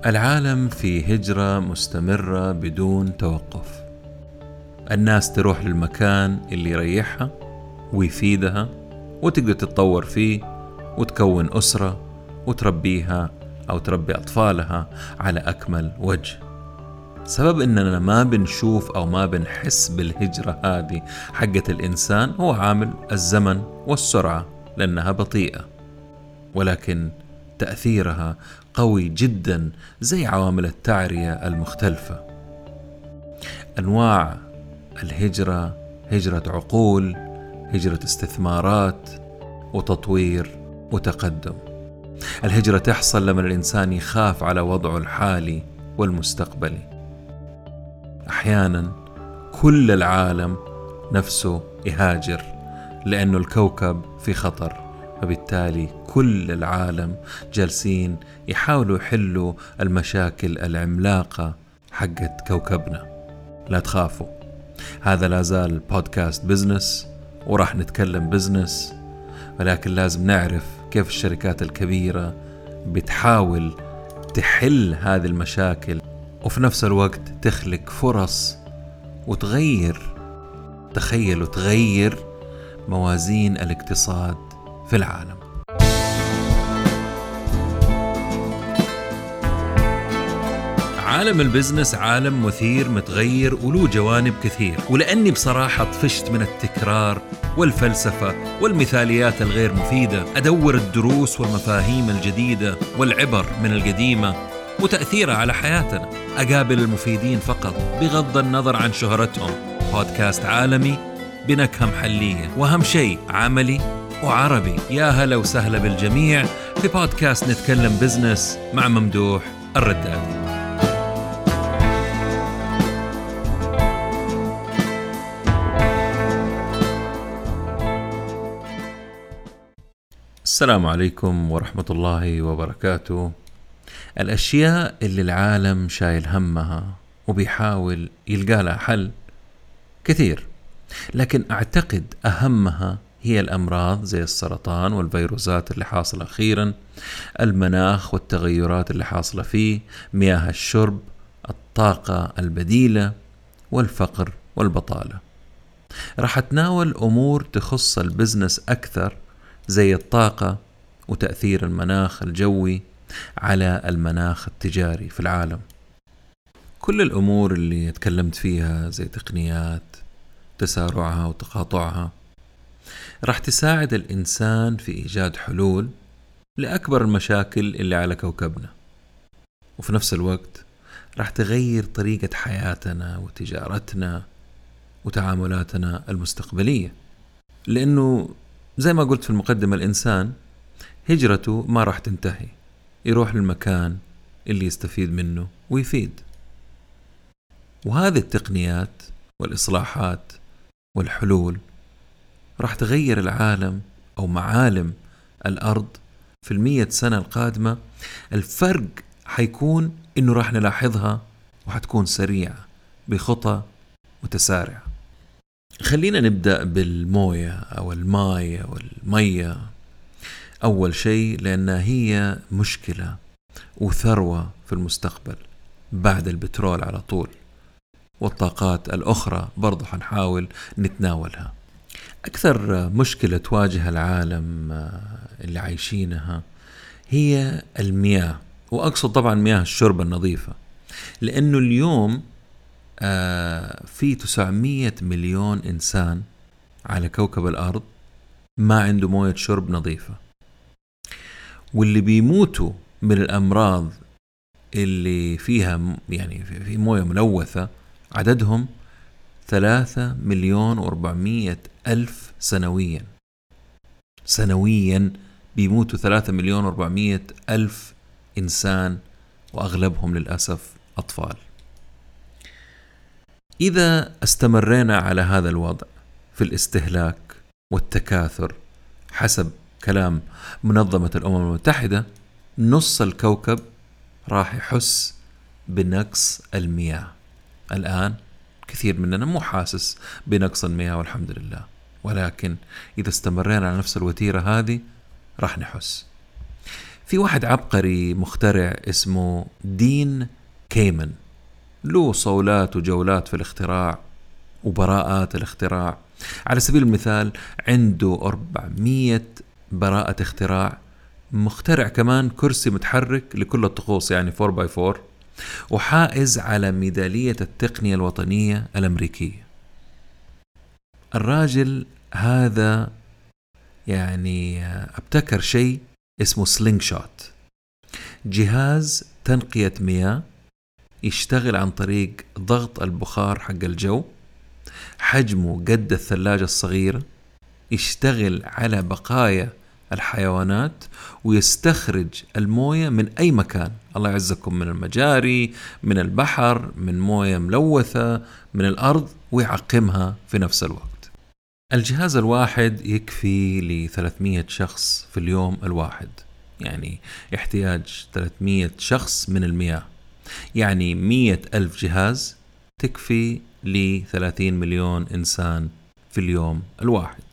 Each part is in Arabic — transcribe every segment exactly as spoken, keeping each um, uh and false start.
العالم في هجرة مستمرة بدون توقف. الناس تروح للمكان اللي يريحها ويفيدها وتقدر تتطور فيه وتكون أسرة وتربيها أو تربي أطفالها على أكمل وجه. سبب إننا ما بنشوف أو ما بنحس بالهجرة هذه حقة الإنسان هو عامل الزمن والسرعة، لأنها بطيئة، ولكن تأثيرها قوي جدا زي عوامل التعرية المختلفة. أنواع الهجرة: هجرة عقول، هجرة استثمارات وتطوير وتقدم. الهجرة تحصل لما الإنسان يخاف على وضعه الحالي والمستقبلي. أحيانا كل العالم نفسه يهاجر لأنه الكوكب في خطر، فبالتالي كل العالم جالسين يحاولوا يحلوا المشاكل العملاقة حقت كوكبنا. لا تخافوا، هذا لا زال بودكاست بزنس وراح نتكلم بزنس، ولكن لازم نعرف كيف الشركات الكبيرة بتحاول تحل هذه المشاكل وفي نفس الوقت تخلق فرص وتغير، تخيلوا تغير موازين الاقتصاد في العالم. عالم البزنس عالم مثير متغير وله جوانب كثير، ولأني بصراحة طفشت من التكرار والفلسفة والمثاليات الغير مفيدة، أدور الدروس والمفاهيم الجديدة والعبر من القديمة وتأثيرها على حياتنا. أقابل المفيدين فقط بغض النظر عن شهرتهم. بودكاست عالمي بنكهة محلية، وأهم شيء عملي وعربي. يا هلا وسهلا بالجميع في بودكاست نتكلم بزنس مع ممدوح الردادي. السلام عليكم ورحمة الله وبركاته. الأشياء اللي العالم شايل همها وبيحاول يلقى لها حل كثير، لكن أعتقد أهمها هي الأمراض زي السرطان والفيروسات اللي حاصلة أخيرا، المناخ والتغيرات اللي حاصلة فيه، مياه الشرب، الطاقة البديلة، والفقر والبطالة. راح أتناول أمور تخص البزنس أكثر زي الطاقة وتأثير المناخ الجوي على المناخ التجاري في العالم. كل الأمور اللي تكلمت فيها زي تقنيات تسارعها وتقاطعها راح تساعد الإنسان في إيجاد حلول لأكبر المشاكل اللي على كوكبنا، وفي نفس الوقت راح تغير طريقة حياتنا وتجارتنا وتعاملاتنا المستقبلية. لأنه زي ما قلت في المقدمة، الإنسان هجرته ما راح تنتهي، يروح للمكان اللي يستفيد منه ويفيد. وهذه التقنيات والإصلاحات والحلول راح تغير العالم أو معالم الأرض في المية سنة القادمة. الفرق حيكون إنه راح نلاحظها وحتكون سريعة بخطى متسارعة. خلينا نبدأ بالموية أو الماء أو المية أول شيء، لأنها هي مشكلة وثروة في المستقبل بعد البترول على طول، والطاقات الأخرى برضو حنحاول نتناولها. أكثر مشكلة تواجه العالم اللي عايشينها هي المياه، وأقصد طبعا مياه الشرب النظيفة، لأنه اليوم في تسعمية مليون إنسان على كوكب الأرض ما عنده موية شرب نظيفة، واللي بيموتوا من الأمراض اللي فيها يعني في موية ملوثة عددهم ثلاثة مليون وأربعمية ألف سنويا. سنويا بيموتوا ثلاثة مليون وأربعمية ألف إنسان، وأغلبهم للأسف أطفال. إذا استمرينا على هذا الوضع في الاستهلاك والتكاثر حسب كلام منظمة الأمم المتحدة، نص الكوكب راح يحس بنقص المياه. الآن كثير مننا مو حاسس بنقص المياه والحمد لله، ولكن إذا استمرينا على نفس الوتيرة هذه راح نحس. في واحد عبقري مخترع اسمه دين كيمن، له صولات وجولات في الاختراع وبراءات الاختراع. على سبيل المثال عنده أربعمية براءة اختراع، مخترع كمان كرسي متحرك لكل الطقوس يعني فور باي فور، وحائز على ميدالية التقنية الوطنية الأمريكية. الراجل هذا يعني ابتكر شيء اسمه سلينج شوت، جهاز تنقية مياه يشتغل عن طريق ضغط البخار حق الجو، حجمه قد الثلاجة الصغيرة، يشتغل على بقايا الحيوانات ويستخرج الموية من أي مكان، الله يعزكم، من المجاري، من البحر، من موية ملوثة، من الأرض، ويعقمها في نفس الوقت. الجهاز الواحد يكفي لثلاثمية شخص في اليوم الواحد، يعني احتياج ثلاثمية شخص من المياه، يعني مية ألف جهاز تكفي لثلاثين مليون إنسان في اليوم الواحد.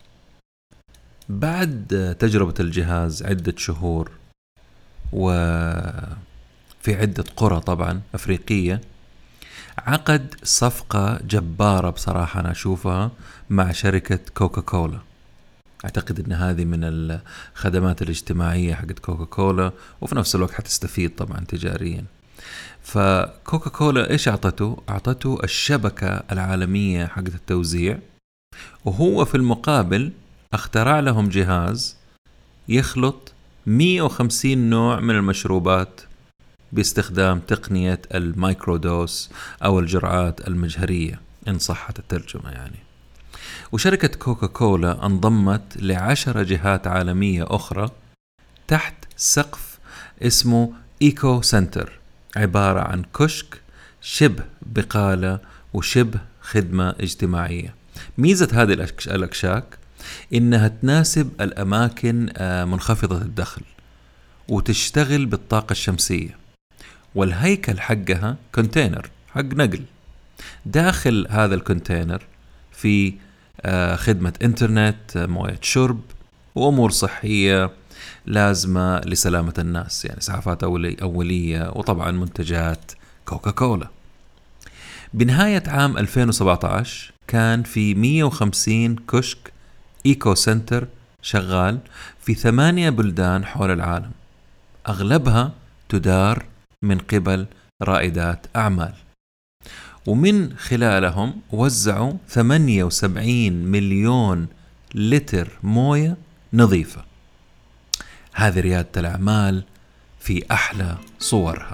بعد تجربة الجهاز عدة شهور وفي عدة قرى طبعا أفريقية، عقد صفقة جبارة بصراحة أنا أشوفها مع شركة كوكا كولا. أعتقد أن هذه من الخدمات الاجتماعية حقت كوكا كولا، وفي نفس الوقت حتستفيد طبعا تجاريا. فكوكا كولا إيش أعطته؟ أعطته الشبكة العالمية حقت التوزيع، وهو في المقابل اخترع لهم جهاز يخلط مية وخمسين نوع من المشروبات باستخدام تقنية المايكرودوس أو الجرعات المجهرية إن صحت الترجمة يعني. وشركة كوكا كولا انضمت لعشر جهات عالمية أخرى تحت سقف اسمه إيكو سنتر، عبارة عن كشك شبه بقالة وشبه خدمة اجتماعية. ميزة هذه الأكشاك إنها تناسب الأماكن منخفضة الدخل وتشتغل بالطاقة الشمسية، والهيكل حقها كونتينر حق نقل. داخل هذا الكونتينر في خدمة انترنت، موية شرب، وأمور صحية لازمة لسلامة الناس، يعني إسعافات أولية، وطبعا منتجات كوكا كولا. بنهاية عام ألفين وسبعة عشر كان في مية وخمسين كشك إيكو سنتر شغال في ثمانية بلدان حول العالم، أغلبها تدار من قبل رائدات أعمال، ومن خلالهم وزعوا ثمانية وسبعين مليون لتر موية نظيفة. هذه ريادة الأعمال في أحلى صورها.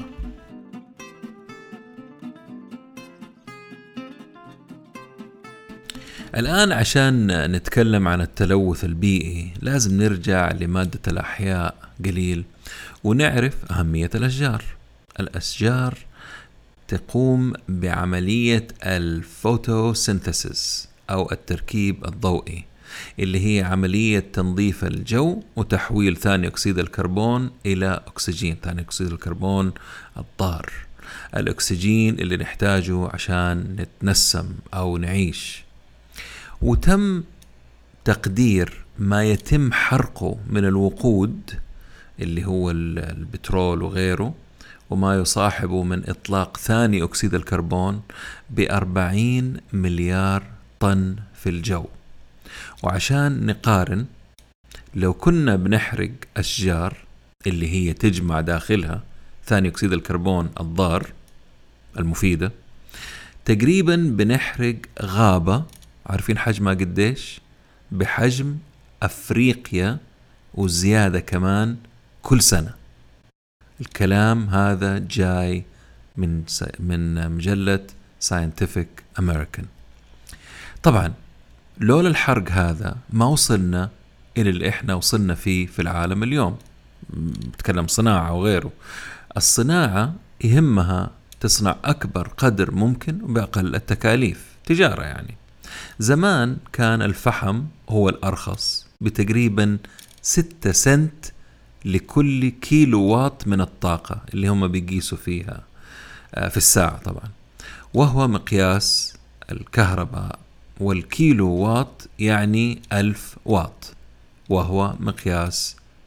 الآن عشان نتكلم عن التلوث البيئي لازم نرجع لمادة الأحياء قليل ونعرف أهمية الأشجار. الأشجار تقوم بعملية الفوتوسينثيسيس أو التركيب الضوئي، اللي هي عملية تنظيف الجو وتحويل ثاني أكسيد الكربون إلى أكسجين، ثاني أكسيد الكربون الضار، الأكسجين اللي نحتاجه عشان نتنسم أو نعيش. وتم تقدير ما يتم حرقه من الوقود اللي هو البترول وغيره وما يصاحبه من إطلاق ثاني أكسيد الكربون بأربعين مليار طن في الجو. وعشان نقارن، لو كنا بنحرق أشجار اللي هي تجمع داخلها ثاني أكسيد الكربون الضار المفيدة، تقريبا بنحرق غابة، عارفين حجمها قديش؟ بحجم أفريقيا وزيادة كمان كل سنة. الكلام هذا جاي من من مجلة Scientific American. طبعا لولا الحرق هذا ما وصلنا إلى اللي إحنا وصلنا فيه في العالم اليوم. بتكلم صناعة وغيره. الصناعة يهمها تصنع أكبر قدر ممكن وبأقل التكاليف، تجارة يعني. زمان كان الفحم هو الأرخص بتقريبا ستة سنت لكل كيلو وات من الطاقة اللي هم بيقيسوا فيها في الساعة طبعا، وهو مقياس الكهرباء، والكيلو وات يعني ألف وات، وهو مقياس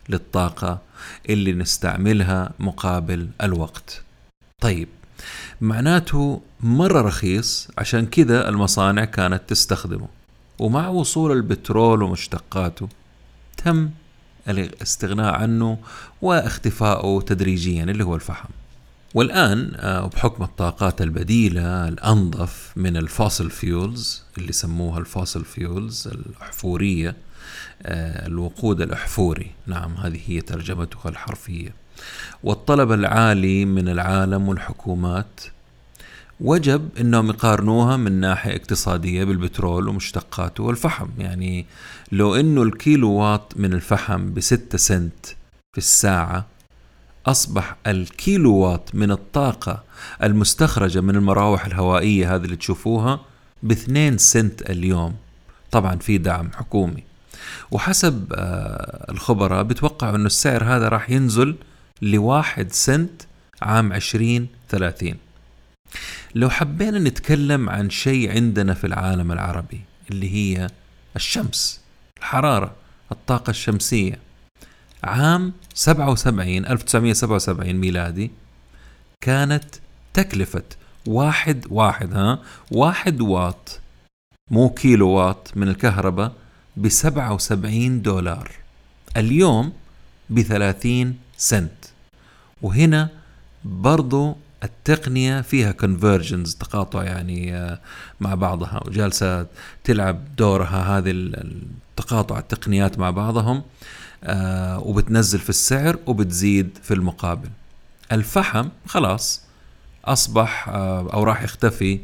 للطاقة اللي نستعملها مقابل الوقت. طيب، معناته مرة رخيص، عشان كذا المصانع كانت تستخدمه، ومع وصول البترول ومشتقاته تم الاستغناء عنه واختفاؤه تدريجيا اللي هو الفحم. والآن بحكم الطاقات البديلة الأنظف من الفوسل فيولز اللي سموها الفوسل فيولز الأحفورية، الوقود الأحفوري، نعم هذه هي ترجمتها الحرفية، والطلب العالي من العالم والحكومات، وجب أنهم يقارنوها من ناحية اقتصادية بالبترول ومشتقاته والفحم. يعني لو أنه الكيلو وات من الفحم بستة سنت في الساعة، أصبح الكيلو وات من الطاقة المستخرجة من المراوح الهوائية هذه اللي تشوفوها باثنين سنت اليوم، طبعا في دعم حكومي. وحسب الخبراء بتوقعوا أنه السعر هذا راح ينزل لواحد سنت عام عشرين ثلاثين. لو حبينا نتكلم عن شيء عندنا في العالم العربي اللي هي الشمس، الحرارة، الطاقة الشمسية، عام سبعة وسبعين ألف وتسعمائة وسبعة وسبعين ميلادي كانت تكلفة واحد واحد ها واحد واط، مو كيلو واط، من الكهرباء بسبعة وسبعين دولار، اليوم بثلاثين سنت. وهنا برضو التقنية فيها convergence، تقاطع يعني مع بعضها، وجالسة تلعب دورها هذه التقاطع التقنيات مع بعضهم، وبتنزل في السعر وبتزيد في المقابل. الفحم خلاص أصبح أو راح يختفي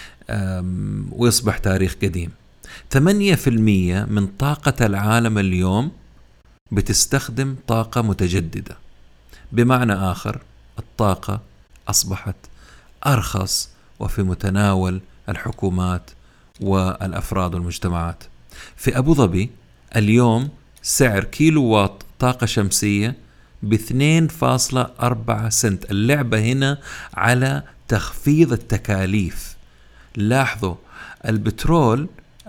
ويصبح تاريخ قديم. ثمانية في المية من طاقة العالم اليوم بتستخدم طاقة متجددة، بمعنى آخر الطاقة أصبحت أرخص وفي متناول الحكومات والأفراد والمجتمعات. في أبو ظبي اليوم سعر كيلو واط طاقة شمسية باثنين فاصلة أربعة سنت. اللعبة هنا على تخفيض التكاليف. لاحظوا البترول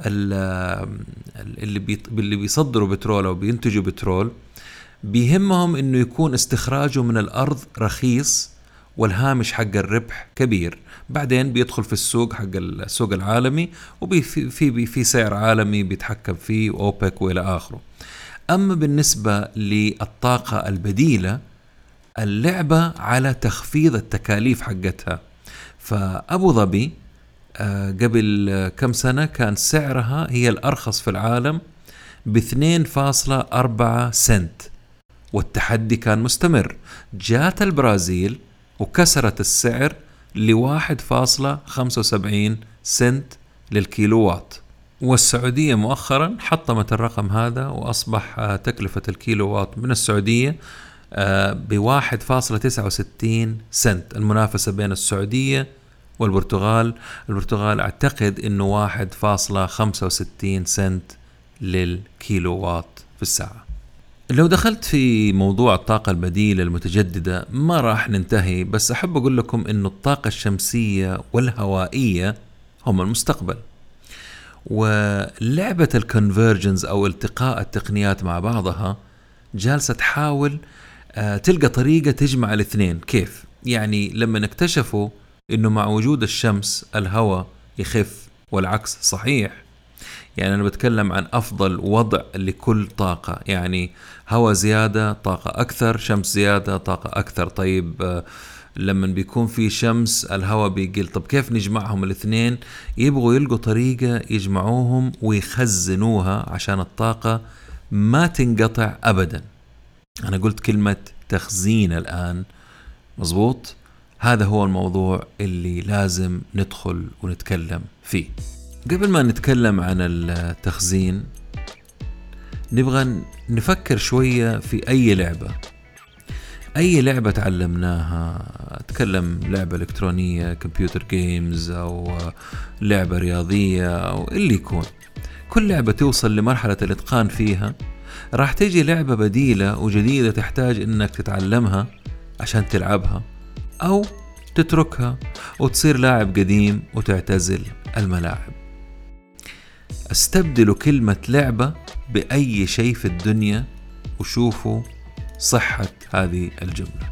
اللي اللي بيصدروا بترول أو بينتجوا بترول بيهمهم إنه يكون استخراجه من الأرض رخيص والهامش حق الربح كبير، بعدين بيدخل في السوق حق السوق العالمي وفي في في سعر عالمي بيتحكم فيه أوبك وإلى آخره. أما بالنسبة للطاقة البديلة اللعبة على تخفيض التكاليف حقتها. فأبو ظبي قبل كم سنة كان سعرها هي الأرخص في العالم باثنين فاصلة أربعة سنت، والتحدي كان مستمر. جات البرازيل وكسرت السعر لواحد فاصلة خمسة وسبعين سنت للكيلووات، والسعودية مؤخرا حطمت الرقم هذا وأصبح تكلفة الكيلووات من السعودية بواحد فاصلة تسعة وستين سنت. المنافسة بين السعودية والبرتغال، البرتغال أعتقد أنه واحد فاصلة خمسة وستين سنت للكيلووات في الساعة. لو دخلت في موضوع الطاقة البديلة المتجددة ما راح ننتهي، بس أحب أقول لكم أنه الطاقة الشمسية والهوائية هم المستقبل. ولعبة الكونفرجنز أو التقاء التقنيات مع بعضها جالسة تحاول تلقى طريقة تجمع الاثنين. كيف؟ يعني لما اكتشفوا أنه مع وجود الشمس الهواء يخف والعكس صحيح، يعني أنا بتكلم عن أفضل وضع لكل طاقة، يعني هواء زيادة طاقة أكثر، شمس زيادة طاقة أكثر. طيب لما بيكون في شمس الهواء بيقل، طب كيف نجمعهم الاثنين؟ يبغوا يلقوا طريقة يجمعوهم ويخزنوها عشان الطاقة ما تنقطع أبدا. أنا قلت كلمة تخزين الآن، مظبوط؟ هذا هو الموضوع اللي لازم ندخل ونتكلم فيه. قبل ما نتكلم عن التخزين نبغى نفكر شوية في أي لعبة أي لعبة تعلمناها، أتكلم لعبة إلكترونية، كمبيوتر جيمز، أو لعبة رياضية، أو اللي يكون. كل لعبة توصل لمرحلة الإتقان فيها راح تيجي لعبة بديلة وجديدة تحتاج إنك تتعلمها عشان تلعبها، أو تتركها وتصير لاعب قديم وتعتزل الملاعب. استبدلوا كلمة لعبة بأي شيء في الدنيا وشوفوا صحة هذه الجملة.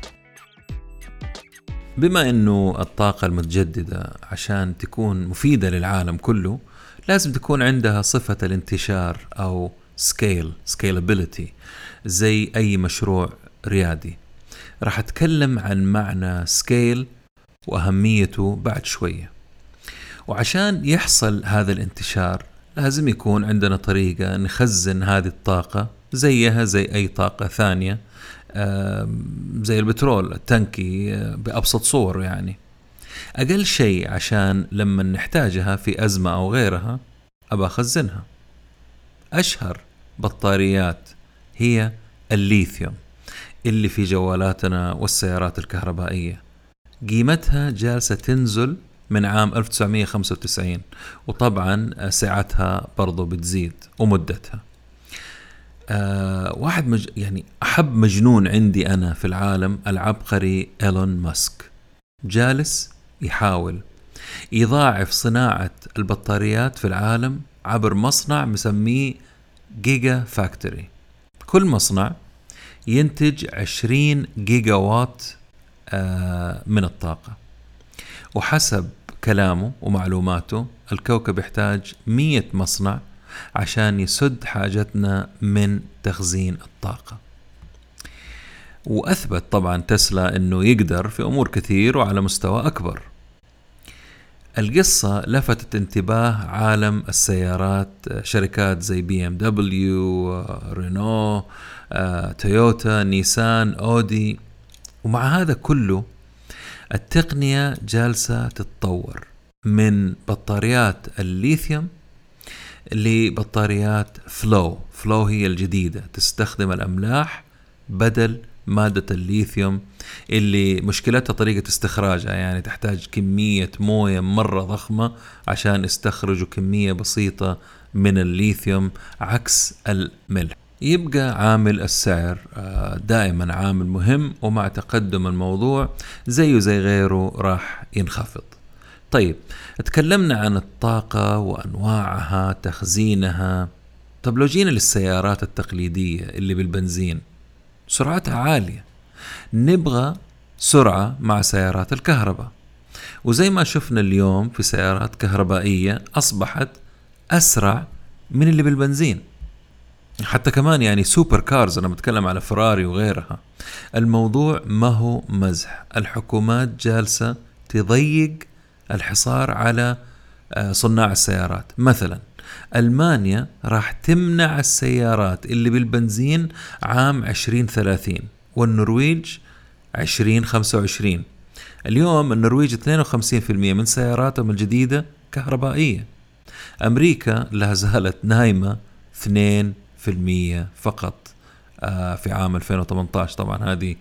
بما أنه الطاقة المتجددة عشان تكون مفيدة للعالم كله لازم تكون عندها صفة الانتشار أو scale scalability زي أي مشروع ريادي. راح أتكلم عن معنى scale وأهميته بعد شوية. وعشان يحصل هذا الانتشار لازم يكون عندنا طريقة نخزن هذه الطاقة زيها زي أي طاقة ثانية، زي البترول التنكي بأبسط صور. يعني أقل شيء عشان لما نحتاجها في أزمة أو غيرها أبى أخزنها. أشهر بطاريات هي الليثيوم اللي في جوالاتنا والسيارات الكهربائية، قيمتها جالسة تنزل من عام ألف وتسعمية وخمسة وتسعين، وطبعا سعتها برضو بتزيد ومدتها. أه واحد مج... يعني أحب مجنون عندي أنا في العالم العبقري إيلون ماسك، جالس يحاول يضاعف صناعة البطاريات في العالم عبر مصنع مسميه جيجا فاكتوري. كل مصنع ينتج عشرين جيجا وات أه من الطاقة، وحسب كلامه ومعلوماته الكوكب يحتاج مية مصنع عشان يسد حاجتنا من تخزين الطاقة. وأثبت طبعا تسلا أنه يقدر في أمور كثير وعلى مستوى أكبر. القصة لفتت انتباه عالم السيارات، شركات زي بي ام دبليو، رينو، تويوتا، نيسان، أودي. ومع هذا كله التقنية جالسة تتطور من بطاريات الليثيوم لبطاريات فلو. فلو هي الجديدة، تستخدم الأملاح بدل مادة الليثيوم اللي مشكلتها طريقة استخراجها، يعني تحتاج كمية موية مرة ضخمة عشان يستخرجوا كمية بسيطة من الليثيوم عكس الملح. يبقى عامل السعر دائما عامل مهم، ومع تقدم الموضوع زيه زي غيره راح ينخفض. طيب اتكلمنا عن الطاقة وأنواعها تخزينها. طب لو جينا للسيارات التقليدية اللي بالبنزين سرعتها عالية، نبغى سرعة مع سيارات الكهرباء. وزي ما شفنا اليوم في سيارات كهربائية أصبحت أسرع من اللي بالبنزين. حتى كمان يعني سوبر كارز، أنا بتكلم على فراري وغيرها. الموضوع ما هو مزح، الحكومات جالسة تضيق الحصار على صناع السيارات. مثلا ألمانيا راح تمنع السيارات اللي بالبنزين عام عشرين ثلاثين، والنرويج عشرين خمسة وعشرين. اليوم النرويج اثنين وخمسين بالمئة من سياراتهم الجديدة كهربائية. أمريكا لا زالت نايمة اثنين بالمئة فقط في عام ألفين وثمانية عشر. طبعا هذه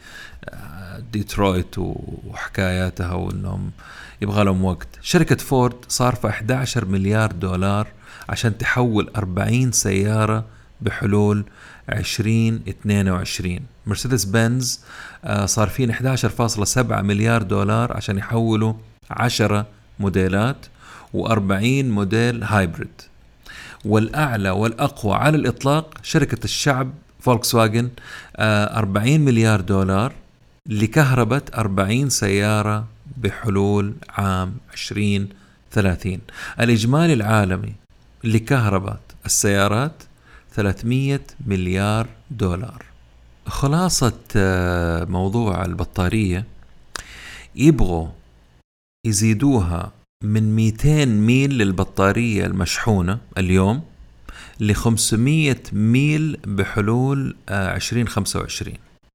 ديترويت وحكاياتها وانهم يبغى لهم وقت. شركة فورد صارفة أحد عشر مليار دولار عشان تحول أربعين سيارة بحلول عشرين اثنين وعشرين. مرسيدس بنز صارفين أحد عشر فاصلة سبعة مليار دولار عشان يحولوا عشرة موديلات وأربعين موديل هايبريد. والأعلى والأقوى على الإطلاق شركة الشعب فولكس واجن، أربعين مليار دولار لكهربة أربعين سيارة بحلول عام عشرين ثلاثين. الإجمالي العالمي لكهربة السيارات ثلاثمية مليار دولار. خلاصة موضوع البطارية، يبغوا يزيدوها من مئتين ميل للبطارية المشحونة اليوم ل خمسمية ميل بحلول عشرين خمسة وعشرين.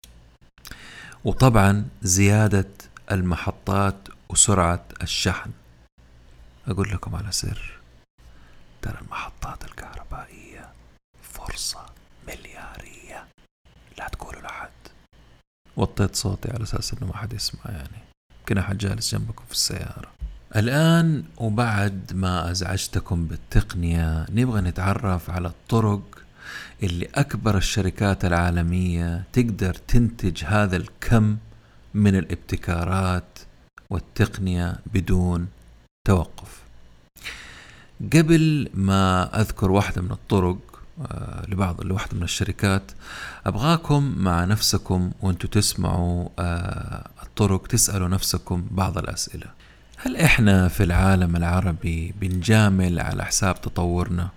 وطبعا زيادة المحطات وسرعة الشحن. أقول لكم على سر، ترى المحطات الكهربائية فرصة مليارية، لا تقولوا لحد. وطيت صوتي على أساس أنه ما حد يسمع، يعني يمكن أحد جالس جنبكم في السيارة. الآن وبعد ما أزعجتكم بالتقنية نبغى نتعرف على الطرق اللي أكبر الشركات العالمية تقدر تنتج هذا الكم من الابتكارات والتقنية بدون توقف. قبل ما أذكر واحدة من الطرق لبعض لواحدة من الشركات، أبغاكم مع نفسكم وأنتوا تسمعوا الطرق تسألوا نفسكم بعض الأسئلة. هل إحنا في العالم العربي بنجامل على حساب تطورنا؟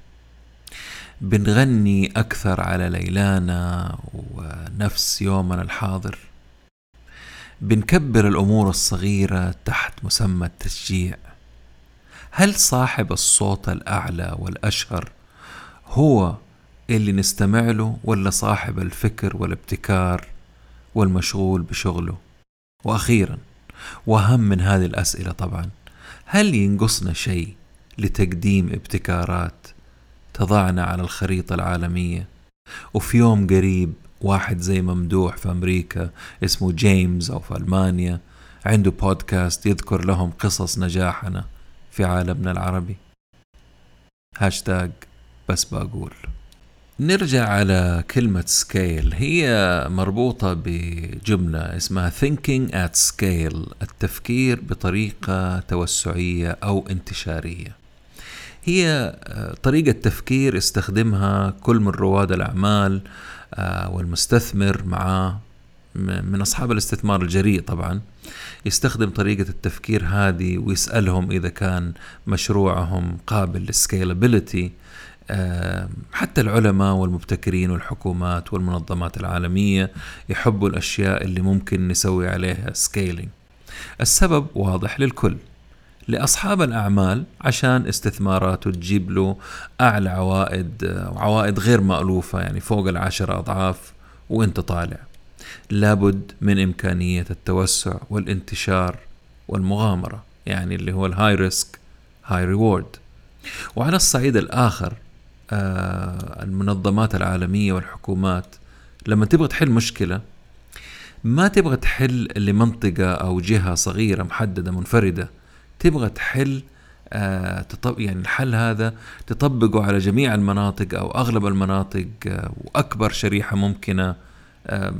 بنغني أكثر على ليلانا ونفس يومنا الحاضر؟ بنكبر الأمور الصغيرة تحت مسمى التشجيع؟ هل صاحب الصوت الأعلى والأشهر هو اللي نستمع له، ولا صاحب الفكر والابتكار والمشغول بشغله؟ وأخيرا وأهم من هذه الأسئلة طبعا، هل ينقصنا شيء لتقديم ابتكارات تضعنا على الخريطة العالمية؟ وفي يوم قريب واحد زي ممدوح في أمريكا اسمه جيمس أو في ألمانيا عنده بودكاست يذكر لهم قصص نجاحنا في عالمنا العربي. هاشتاج بس بقول. نرجع على كلمة scale، هي مربوطة بجملة اسمها thinking at scale، التفكير بطريقة توسعية أو انتشارية. هي طريقة تفكير استخدمها كل من رواد الأعمال والمستثمر معاه من أصحاب الاستثمار الجريء طبعا، يستخدم طريقة التفكير هذه ويسألهم إذا كان مشروعهم قابل للسكيلابيليتي. حتى العلماء والمبتكرين والحكومات والمنظمات العالمية يحبوا الأشياء اللي ممكن نسوي عليها سكيلينج. السبب واضح للكل، لأصحاب الأعمال عشان استثماراته تجيب له أعلى عوائد وعوائد غير مألوفة، يعني فوق العشر أضعاف وإنت طالع. لابد من إمكانية التوسع والانتشار والمغامرة، يعني اللي هو الهاي ريسك هاي ريورد. وعلى الصعيد الآخر آه المنظمات العالمية والحكومات لما تبغى تحل مشكلة ما تبغى تحل لمنطقة أو جهة صغيرة محددة منفردة، تبغى تحل آه تطب يعني الحل هذا تطبقه على جميع المناطق أو أغلب المناطق آه وأكبر شريحة ممكنة آه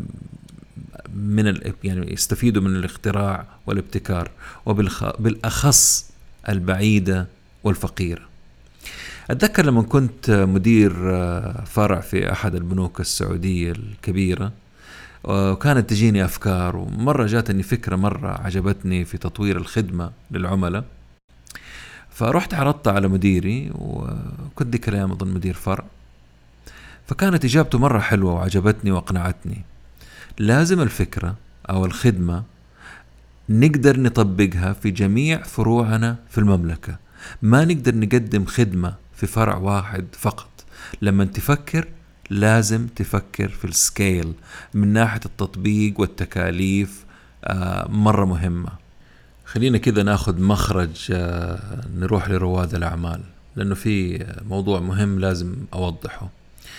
من ال يعني يستفيدوا من الاختراع والابتكار، وبالأخص البعيدة والفقيرة. أتذكر لما كنت مدير فرع في أحد البنوك السعودية الكبيرة، وكانت تجيني أفكار، ومرة جاتني فكرة مرة عجبتني في تطوير الخدمة للعملاء، فرحت عرضتها على مديري، وكنت ذيك الأيام أظن مدير فرع، فكانت إجابته مرة حلوة وعجبتني وأقنعتني. لازم الفكرة أو الخدمة نقدر نطبقها في جميع فروعنا في المملكة، ما نقدر نقدم خدمة في فرع واحد فقط. لما تفكر لازم تفكر في السكيل من ناحية التطبيق والتكاليف، آه مرة مهمة. خلينا كذا ناخد مخرج آه نروح لرواد الأعمال، لأنه في موضوع مهم لازم أوضحه.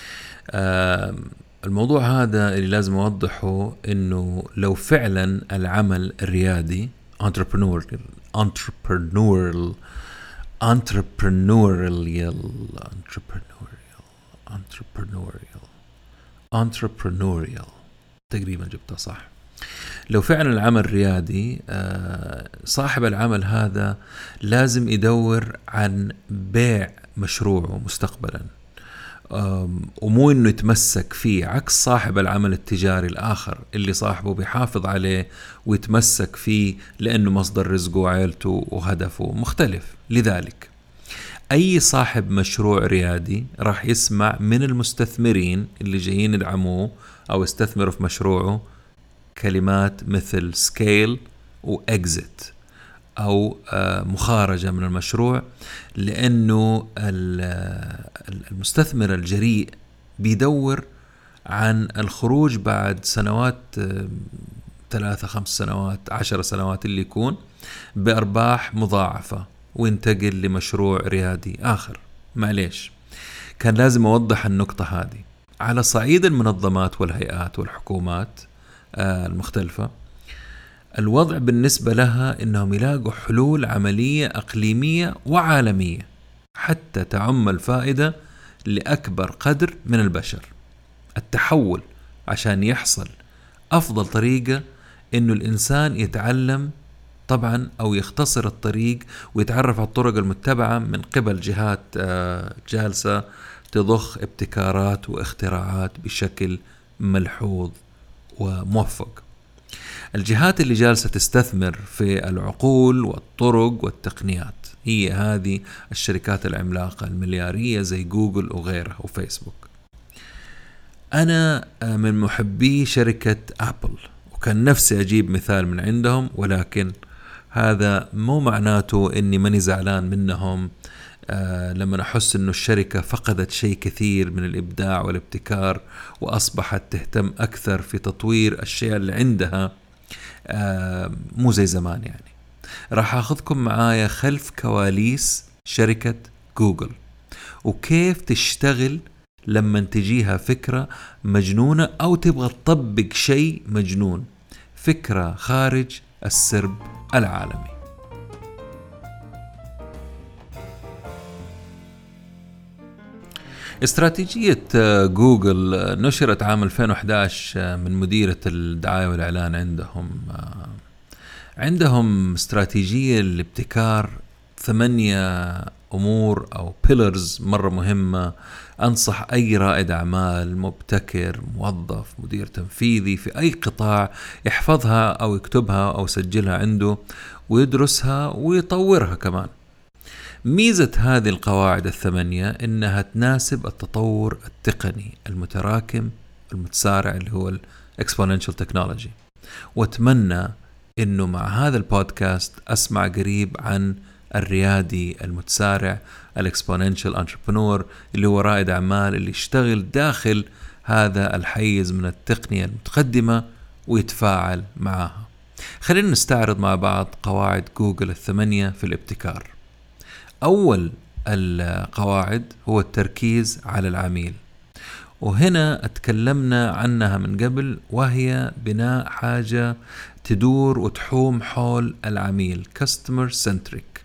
آه الموضوع هذا اللي لازم أوضحه إنه لو فعلا العمل الريادي entrepreneurial entrepreneurial entrepreneurial entrepreneurial entrepreneurial entrepreneurial تقريبا جبتها صح. لو فعلا العمل ريادي، صاحب العمل هذا لازم يدور عن بيع مشروعه مستقبلا، ومو انه يتمسك فيه، عكس صاحب العمل التجاري الآخر اللي صاحبه بيحافظ عليه ويتمسك فيه لأنه مصدر رزقه وعائلته وهدفه مختلف. لذلك أي صاحب مشروع ريادي راح يسمع من المستثمرين اللي جايين يدعموه أو يستثمروا في مشروعه كلمات مثل سكيل وإكزيت أو مخارجة من المشروع، لأنه المستثمر الجريء بيدور عن الخروج بعد سنوات، ثلاثة خمس سنوات عشر سنوات اللي يكون بأرباح مضاعفة، وينتقل لمشروع ريادي آخر. معليش، كان لازم أوضح النقطة هذه. على صعيد المنظمات والهيئات والحكومات المختلفة، الوضع بالنسبة لها إنهم يلاقوا حلول عملية أقليمية وعالمية حتى تعم الفائدة لأكبر قدر من البشر. التحول عشان يحصل أفضل طريقة إنه الإنسان يتعلم طبعا أو يختصر الطريق ويتعرف على الطرق المتبعة من قبل جهات جالسة تضخ ابتكارات واختراعات بشكل ملحوظ وموفق. الجهات اللي جالسة تستثمر في العقول والطرق والتقنيات هي هذه الشركات العملاقة المليارية زي جوجل وغيرها وفيسبوك. أنا من محبي شركة أبل، وكان نفسي أجيب مثال من عندهم، ولكن هذا مو معناته إني ماني زعلان منهم آه لما أحس إنه الشركة فقدت شيء كثير من الإبداع والابتكار وأصبحت تهتم أكثر في تطوير الشيء اللي عندها، آه مو زي زمان. يعني راح أخذكم معايا خلف كواليس شركة جوجل وكيف تشتغل لما تجيها فكرة مجنونة أو تبغى تطبق شيء مجنون، فكرة خارج السرب العالمي. استراتيجية جوجل نشرت عام ألفين وإحدى عشر من مديرة الدعاية والإعلان عندهم. عندهم استراتيجية الابتكار، ثمانية أمور أو pillars مرة مهمة. أنصح أي رائد أعمال، مبتكر، موظف، مدير تنفيذي في أي قطاع يحفظها أو يكتبها أو يسجلها عنده ويدرسها ويطورها كمان. ميزة هذه القواعد الثمانية إنها تناسب التطور التقني المتراكم المتسارع اللي هو ال exponential technology. وأتمنى إنه مع هذا البودكاست أسمع قريب عن الريادي المتسارع ال exponential entrepreneur اللي هو رائد أعمال اللي يشتغل داخل هذا الحيز من التقنية المتقدمة ويتفاعل معها. خلينا نستعرض مع بعض قواعد جوجل الثمانية في الابتكار. أول القواعد هو التركيز على العميل، وهنا اتكلمنا عنها من قبل، وهي بناء حاجة تدور وتحوم حول العميل customer centric.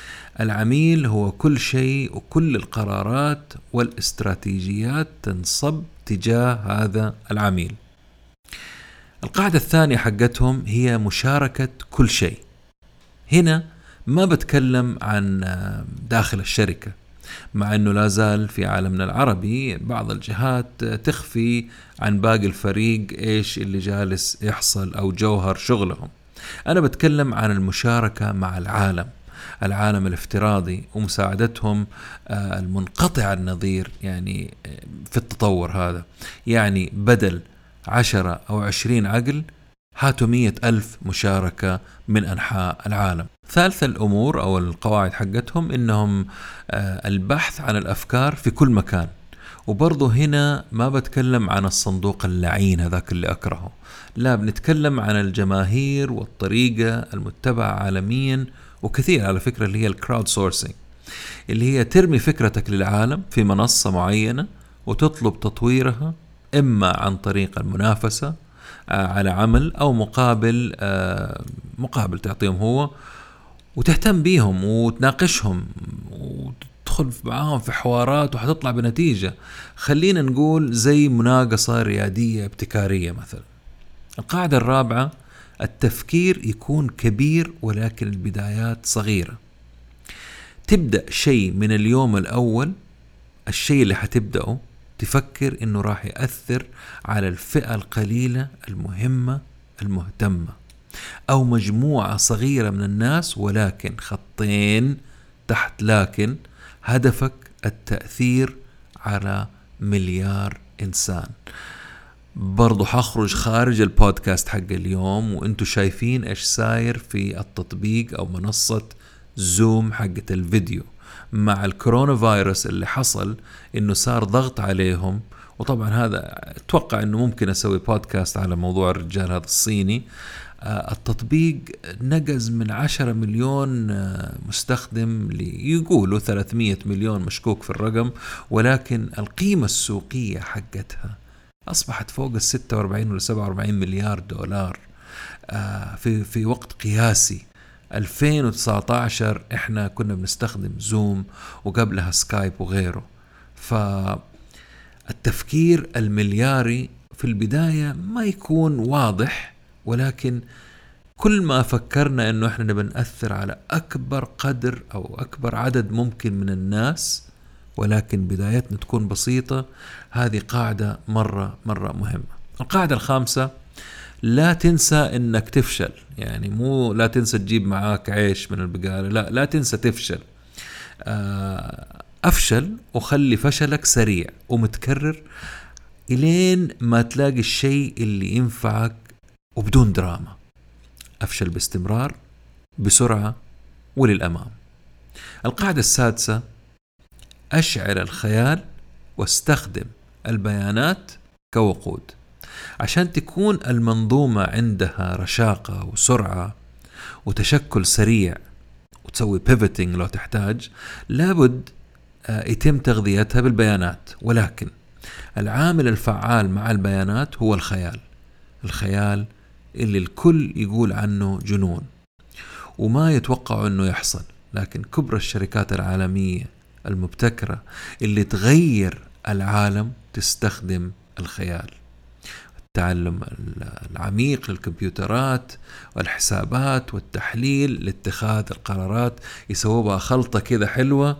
العميل هو كل شيء، وكل القرارات والاستراتيجيات تنصب تجاه هذا العميل. القاعدة الثانية حقتهم هي مشاركة كل شيء. هنا ما بتكلم عن داخل الشركة، مع أنه لا زال في عالمنا العربي بعض الجهات تخفي عن باقي الفريق إيش اللي جالس يحصل أو جوهر شغلهم. أنا بتكلم عن المشاركة مع العالم العالم الافتراضي ومساعدتهم المنقطع النظير يعني في التطور هذا. يعني بدل عشرة أو عشرين عقل هاتوا مية ألف مشاركة من أنحاء العالم. ثالث الأمور أو القواعد حقتهم إنهم البحث عن الأفكار في كل مكان. وبرضو هنا ما بتكلم عن الصندوق اللعين هذاك اللي أكرهه، لا، بنتكلم عن الجماهير والطريقة المتبعة عالميا وكثير على فكرة، اللي هي الكراود سورسينج، اللي هي ترمي فكرتك للعالم في منصة معينة وتطلب تطويرها إما عن طريق المنافسة على عمل أو مقابل مقابل تعطيهم هو وتهتم بيهم وتناقشهم وتدخل معاهم في حوارات وحتطلع بنتيجة، خلينا نقول زي مناقصة ريادية ابتكارية مثلا. القاعدة الرابعة التفكير يكون كبير ولكن البدايات صغيرة. تبدأ شيء من اليوم الأول، الشيء اللي حتبدأه تفكر إنه راح يأثر على الفئة القليلة المهمة المهتمة أو مجموعة صغيرة من الناس، ولكن خطين تحت، لكن هدفك التأثير على مليار إنسان. برضو حخرج خارج البودكاست حق اليوم وانتو شايفين ايش ساير في التطبيق أو منصة زوم حقة الفيديو مع الكورونا فيروس اللي حصل، انه صار ضغط عليهم. وطبعا هذا اتوقع انه ممكن اسوي بودكاست على موضوع الرجال هذا الصيني. آه التطبيق نقز من عشرة مليون آه مستخدم ليقولوا ثلاثمية مليون، مشكوك في الرقم، ولكن القيمة السوقية حقتها أصبحت فوق الستة وأربعين ولا سبعة وأربعين مليار دولار آه في في وقت قياسي. ألفين وتسعة عشر احنا كنا بنستخدم زوم وقبلها سكايب وغيره. فالتفكير الملياري في البداية ما يكون واضح، ولكن كل ما فكرنا انه احنا نبي نأثر على اكبر قدر او اكبر عدد ممكن من الناس، ولكن بدايتنا تكون بسيطة. هذه قاعدة مرة مرة مهمة. القاعدة الخامسة: لا تنسى انك تفشل. يعني مو لا تنسى تجيب معاك عيش من البقالة، لا لا تنسى تفشل. افشل وخلي فشلك سريع ومتكرر الين ما تلاقي الشيء اللي ينفعك وبدون دراما. افشل باستمرار، بسرعة، وللأمام. القاعدة السادسة: أشعل الخيال واستخدم البيانات كوقود. عشان تكون المنظومة عندها رشاقة وسرعة وتشكل سريع وتسوي pivoting لو تحتاج، لابد يتم تغذيتها بالبيانات. ولكن العامل الفعال مع البيانات هو الخيال. الخيال اللي الكل يقول عنه جنون وما يتوقع أنه يحصل، لكن كبرى الشركات العالمية المبتكرة اللي تغير العالم تستخدم الخيال. التعلم العميق للكمبيوترات والحسابات والتحليل لاتخاذ القرارات، يسووها خلطة كذا حلوة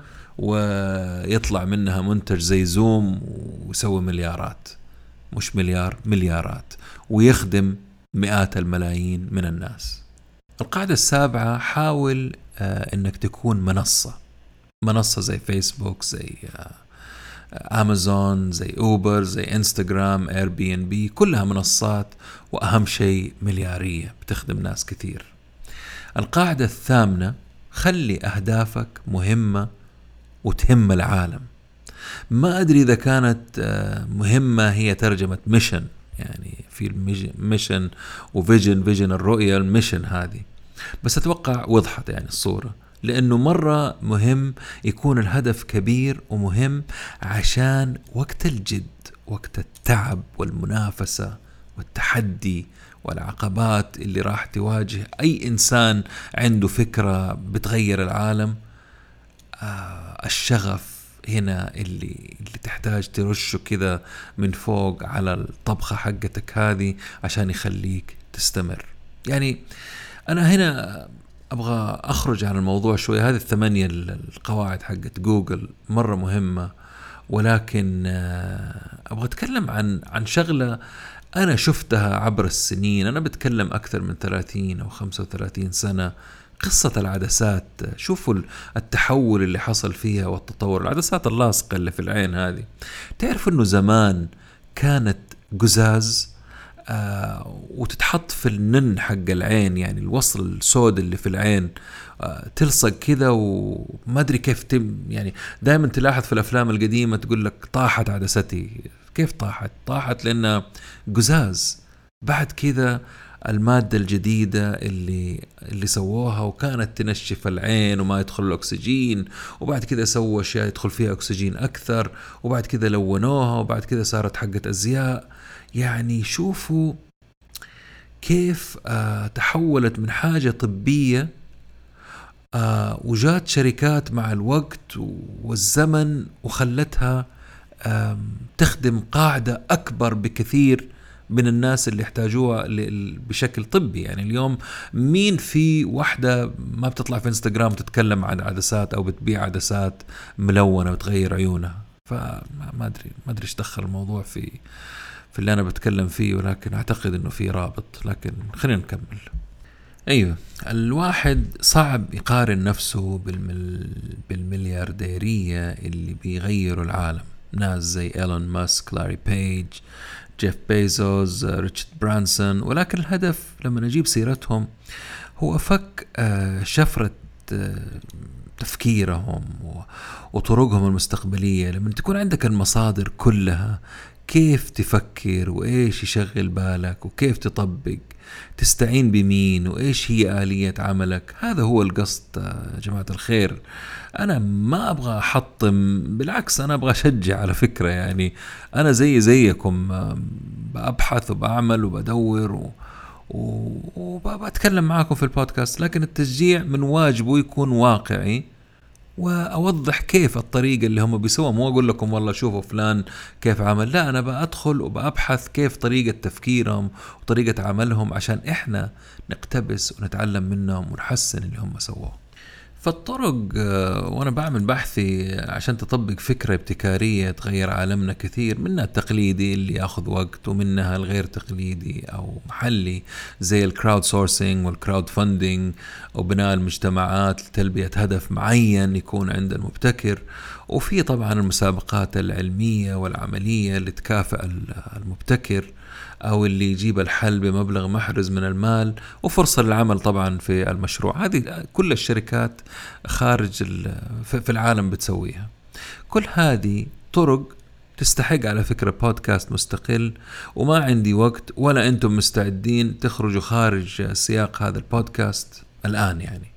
ويطلع منها منتج زي زوم ويسوي مليارات، مش مليار، مليارات، ويخدم مئات الملايين من الناس. القاعدة السابعة: حاول آه انك تكون منصة منصة زي فيسبوك، زي آه امازون، زي اوبر، زي انستغرام، اير بي ان بي، كلها منصات، واهم شيء مليارية بتخدم ناس كثير. القاعدة الثامنة: خلي اهدافك مهمة وتهم العالم. ما ادري اذا كانت آه مهمة هي ترجمة ميشن، يعني في الميشن وفيجن، فيجن الرؤية، الميشن هذه، بس أتوقع وضحت يعني الصورة. لأنه مرة مهم يكون الهدف كبير ومهم، عشان وقت الجد، وقت التعب والمنافسة والتحدي والعقبات اللي راح تواجه أي إنسان عنده فكرة بتغير العالم، آه الشغف هنا اللي اللي تحتاج ترشه كذا من فوق على الطبخة حقتك هذه عشان يخليك تستمر. يعني أنا هنا أبغى أخرج عن الموضوع شوية. هذه الثمانية القواعد حقت جوجل مرة مهمة، ولكن أبغى أتكلم عن عن شغلة أنا شفتها عبر السنين. أنا بتكلم أكثر من ثلاثين أو خمسة وثلاثين سنة. قصة العدسات، شوفوا التحول اللي حصل فيها والتطور. العدسات اللاصقة اللي في العين هذه، تعرف أنه زمان كانت قزاز آه وتتحط في النن حق العين، يعني الوصل السود اللي في العين آه تلصق كذا، وما أدري كيف تم. يعني دائما تلاحظ في الأفلام القديمة تقول لك طاحت عدستي. كيف طاحت؟ طاحت لأنها قزاز. بعد كذا المادة الجديدة اللي اللي سووها وكانت تنشف العين وما يدخل الأكسجين، وبعد كذا سووا أشياء يدخل فيها أكسجين أكثر، وبعد كذا لونوها، وبعد كذا صارت حقة أزياء. يعني شوفوا كيف آه تحولت من حاجة طبية آه وجات شركات مع الوقت والزمن وخلتها آه تخدم قاعدة أكبر بكثير من الناس اللي يحتاجوها بشكل طبي. يعني اليوم مين في واحدة ما بتطلع في انستغرام تتكلم عن عدسات أو بتبيع عدسات ملونة وتغير عيونها؟ فما أدري ما أدري إيش دخل الموضوع في في اللي أنا بتكلم فيه، ولكن أعتقد إنه في رابط. لكن خلينا نكمل. أيوة، الواحد صعب يقارن نفسه بالمل... بالمليارديرية اللي بيغيروا العالم، ناس زي إيلون ماسك، لاري بيج، جيف بيزوس، ريتشارد برانسون. ولكن الهدف لما نجيب سيرتهم هو فك شفرة تفكيرهم وطرقهم المستقبلية. لما تكون عندك المصادر كلها، كيف تفكر وإيش يشغل بالك وكيف تطبق، تستعين بمين وإيش هي آلية عملك، هذا هو القصد يا جماعة الخير. أنا ما أبغى أحطم، بالعكس أنا أبغى أشجع على فكرة. يعني أنا زي زيكم بأبحث وبعمل وبدور و... وبتكلم معاكم في البودكاست، لكن التشجيع من واجبه يكون واقعي، وأوضح كيف الطريقة اللي هم بيسووا. مو أقول لكم والله شوفوا فلان كيف عمل، لا، أنا بأدخل وبأبحث كيف طريقة تفكيرهم وطريقة عملهم عشان إحنا نقتبس ونتعلم منهم ونحسن اللي هم سووه. فالطرق وأنا بعمل بحثي عشان تطبق فكرة ابتكارية تغير عالمنا كثير، منها التقليدي اللي يأخذ وقت، ومنها الغير تقليدي أو محلي زي الكراود سورسينج والكراود فاندينج، أو بناء المجتمعات لتلبية هدف معين يكون عند المبتكر. وفي طبعا المسابقات العلمية والعملية اللي تكافئ المبتكر أو اللي يجيب الحل بمبلغ محرز من المال وفرصة للعمل طبعا في المشروع. هذه كل الشركات خارج في العالم بتسويها. كل هذه طرق تستحق على فكرة بودكاست مستقل، وما عندي وقت ولا أنتم مستعدين تخرجوا خارج سياق هذا البودكاست الآن. يعني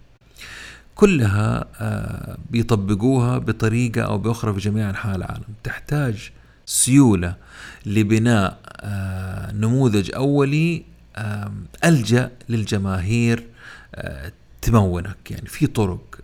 كلها بيطبقوها بطريقة أو بأخرى في جميع أنحاء العالم. تحتاج سيولة لبناء نموذج أولي ألجأ للجماهير تمونك. يعني في طرق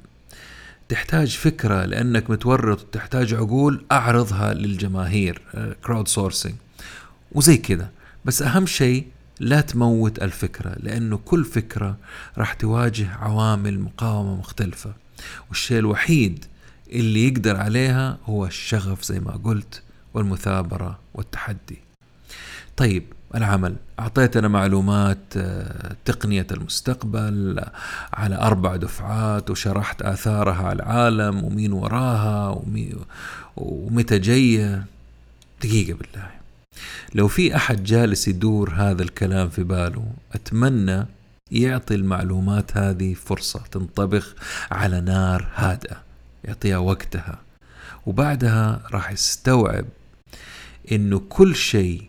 تحتاج فكرة لأنك متورط، تحتاج عقول أعرضها للجماهير، كراود سورسينج وزي كده. بس أهم شيء لا تموت الفكرة، لأنه كل فكرة راح تواجه عوامل مقاومة مختلفة، والشيء الوحيد اللي يقدر عليها هو الشغف زي ما قلت، والمثابرة والتحدي. طيب العمل، أعطيتنا معلومات تقنية المستقبل على أربع دفعات، وشرحت آثارها على العالم ومين وراها ومتى جاية. دقيقة بالله، لو في أحد جالس يدور هذا الكلام في باله، أتمنى يعطي المعلومات هذه فرصة تنطبخ على نار هادئة، يعطيها وقتها، وبعدها راح يستوعب إنه كل شيء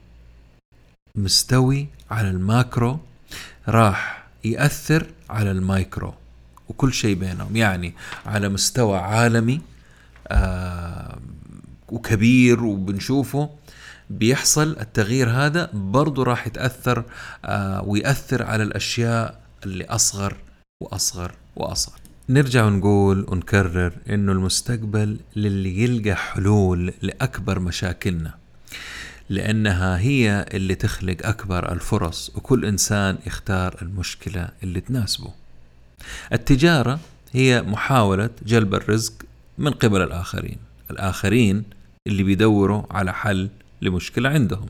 مستوي على الماكرو راح يأثر على المايكرو، وكل شيء بينهم. يعني على مستوى عالمي آه وكبير وبنشوفه بيحصل التغيير هذا، برضو راح يتأثر آه ويأثر على الأشياء اللي أصغر وأصغر وأصغر. نرجع ونقول ونكرر إنه المستقبل للي يلقى حلول لأكبر مشاكلنا، لأنها هي اللي تخلق أكبر الفرص، وكل إنسان يختار المشكلة اللي تناسبه. التجارة هي محاولة جلب الرزق من قبل الآخرين، الآخرين اللي بيدوروا على حل لمشكلة عندهم.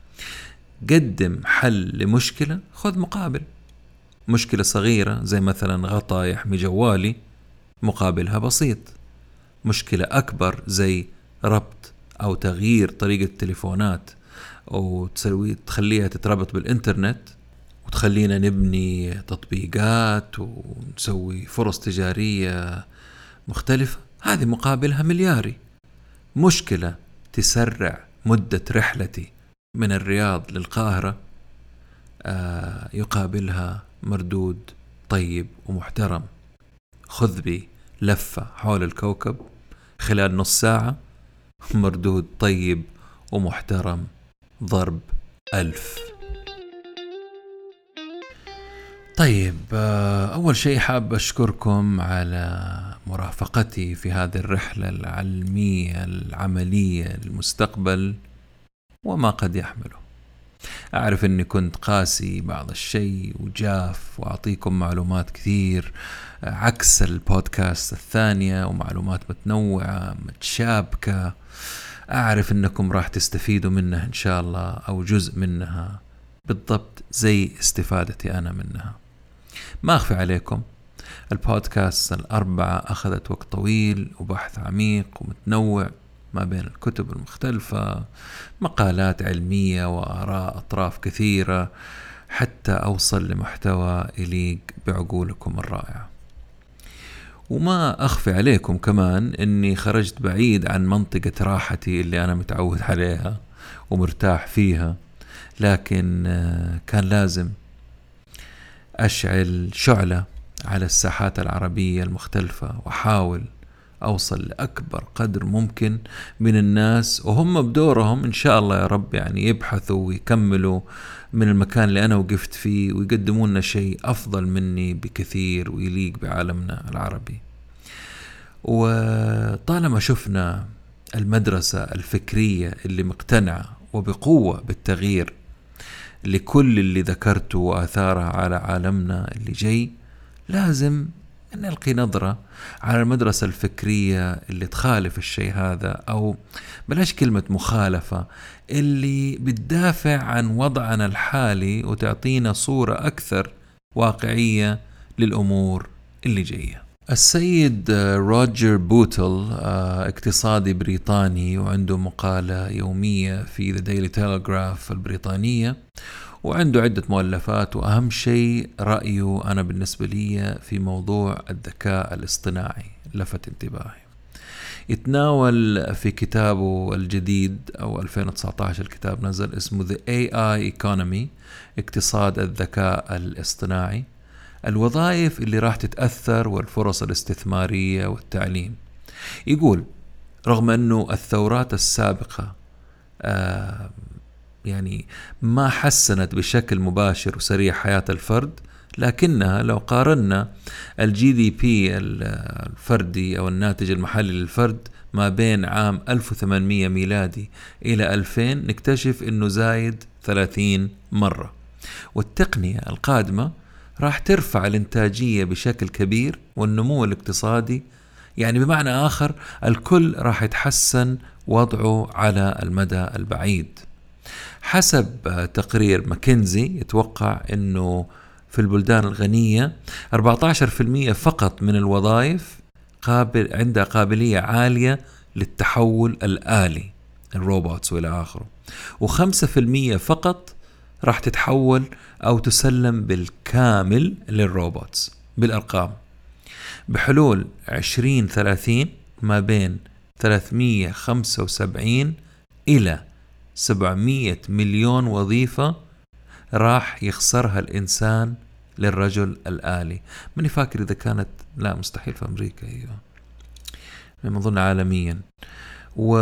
قدم حل لمشكلة، خذ مقابل. مشكلة صغيرة زي مثلا غطاء يحمي جوالي، مقابلها بسيط. مشكلة أكبر زي ربط أو تغيير طريقة تليفونات، أو تسوي تخليها تتربط بالإنترنت، وتخلينا نبني تطبيقات ونسوي فرص تجارية مختلفة، هذه مقابلها ملياري. مشكلة تسرع مدة رحلتي من الرياض للقاهرة، آه يقابلها مردود طيب ومحترم. خذ بي لفة حول الكوكب خلال نص ساعة، مردود طيب ومحترم ضرب ألف. طيب أول شيء حاب أشكركم على مرافقتي في هذه الرحلة العلمية العملية للمستقبل وما قد يحمله. أعرف أني كنت قاسي بعض الشيء وجاف، وأعطيكم معلومات كثير عكس البودكاست الثانية، ومعلومات متنوعة متشابكة. أعرف أنكم راح تستفيدوا منها إن شاء الله، أو جزء منها بالضبط زي استفادتي أنا منها. ما أخفي عليكم، البودكاست الأربعة أخذت وقت طويل وبحث عميق ومتنوع ما بين الكتب المختلفة، مقالات علمية وآراء أطراف كثيرة، حتى أوصل لمحتوى يليق بعقولكم الرائعة. وما أخفي عليكم كمان أني خرجت بعيد عن منطقة راحتي اللي أنا متعود عليها ومرتاح فيها، لكن كان لازم أشعل شعلة على الساحات العربية المختلفة، وأحاول أوصل لأكبر قدر ممكن من الناس، وهم بدورهم إن شاء الله يا رب يعني يبحثوا ويكملوا من المكان اللي أنا وقفت فيه، ويقدموا لنا شيء أفضل مني بكثير ويليق بعالمنا العربي. وطالما شفنا المدرسة الفكرية اللي مقتنعة وبقوة بالتغيير لكل اللي ذكرته وآثارها على عالمنا اللي جاي، لازم نلقي نظرة على المدرسة الفكرية اللي تخالف الشيء هذا، أو بلاش كلمة مخالفة، اللي بتدافع عن وضعنا الحالي وتعطينا صورة أكثر واقعية للأمور اللي جاية. السيد روجر بوتل اقتصادي بريطاني وعنده مقالة يومية في The Daily Telegraph البريطانية، وعنده عدة مؤلفات، وأهم شيء رأيه أنا بالنسبة لي في موضوع الذكاء الاصطناعي لفت انتباهي. يتناول في كتابه الجديد أو ألفين وتسعة عشر الكتاب نزل اسمه The إيه آي Economy، اقتصاد الذكاء الاصطناعي، الوظائف اللي راح تتأثر والفرص الاستثمارية والتعليم. يقول رغم أنه الثورات السابقة آه يعني ما حسنت بشكل مباشر وسريع حياة الفرد، لكنها لو قارنا الجي دي بي الفردي أو الناتج المحلي للفرد ما بين عام ألف وثمانمئة ميلادي إلى ألفين نكتشف أنه زايد ثلاثين مرة. والتقنية القادمة راح ترفع الإنتاجية بشكل كبير والنمو الاقتصادي، يعني بمعنى آخر الكل راح يتحسن وضعه على المدى البعيد. حسب تقرير ماكنزي يتوقع أنه في البلدان الغنية أربعة عشر بالمئة فقط من الوظائف قابل عندها قابلية عالية للتحول الآلي، الروبوتس وإلى آخره، وخمسة بالمئة فقط راح تتحول أو تسلم بالكامل للروبوتس. بالأرقام بحلول عشرين ثلاثين ما بين ثلاثمئة وخمسة وسبعين إلى سبعمئة مليون وظيفة راح يخسرها الإنسان للرجل الآلي. ماني فاكر إذا كانت، لا مستحيل في أمريكا، أيوة ما أظن عالميا. و...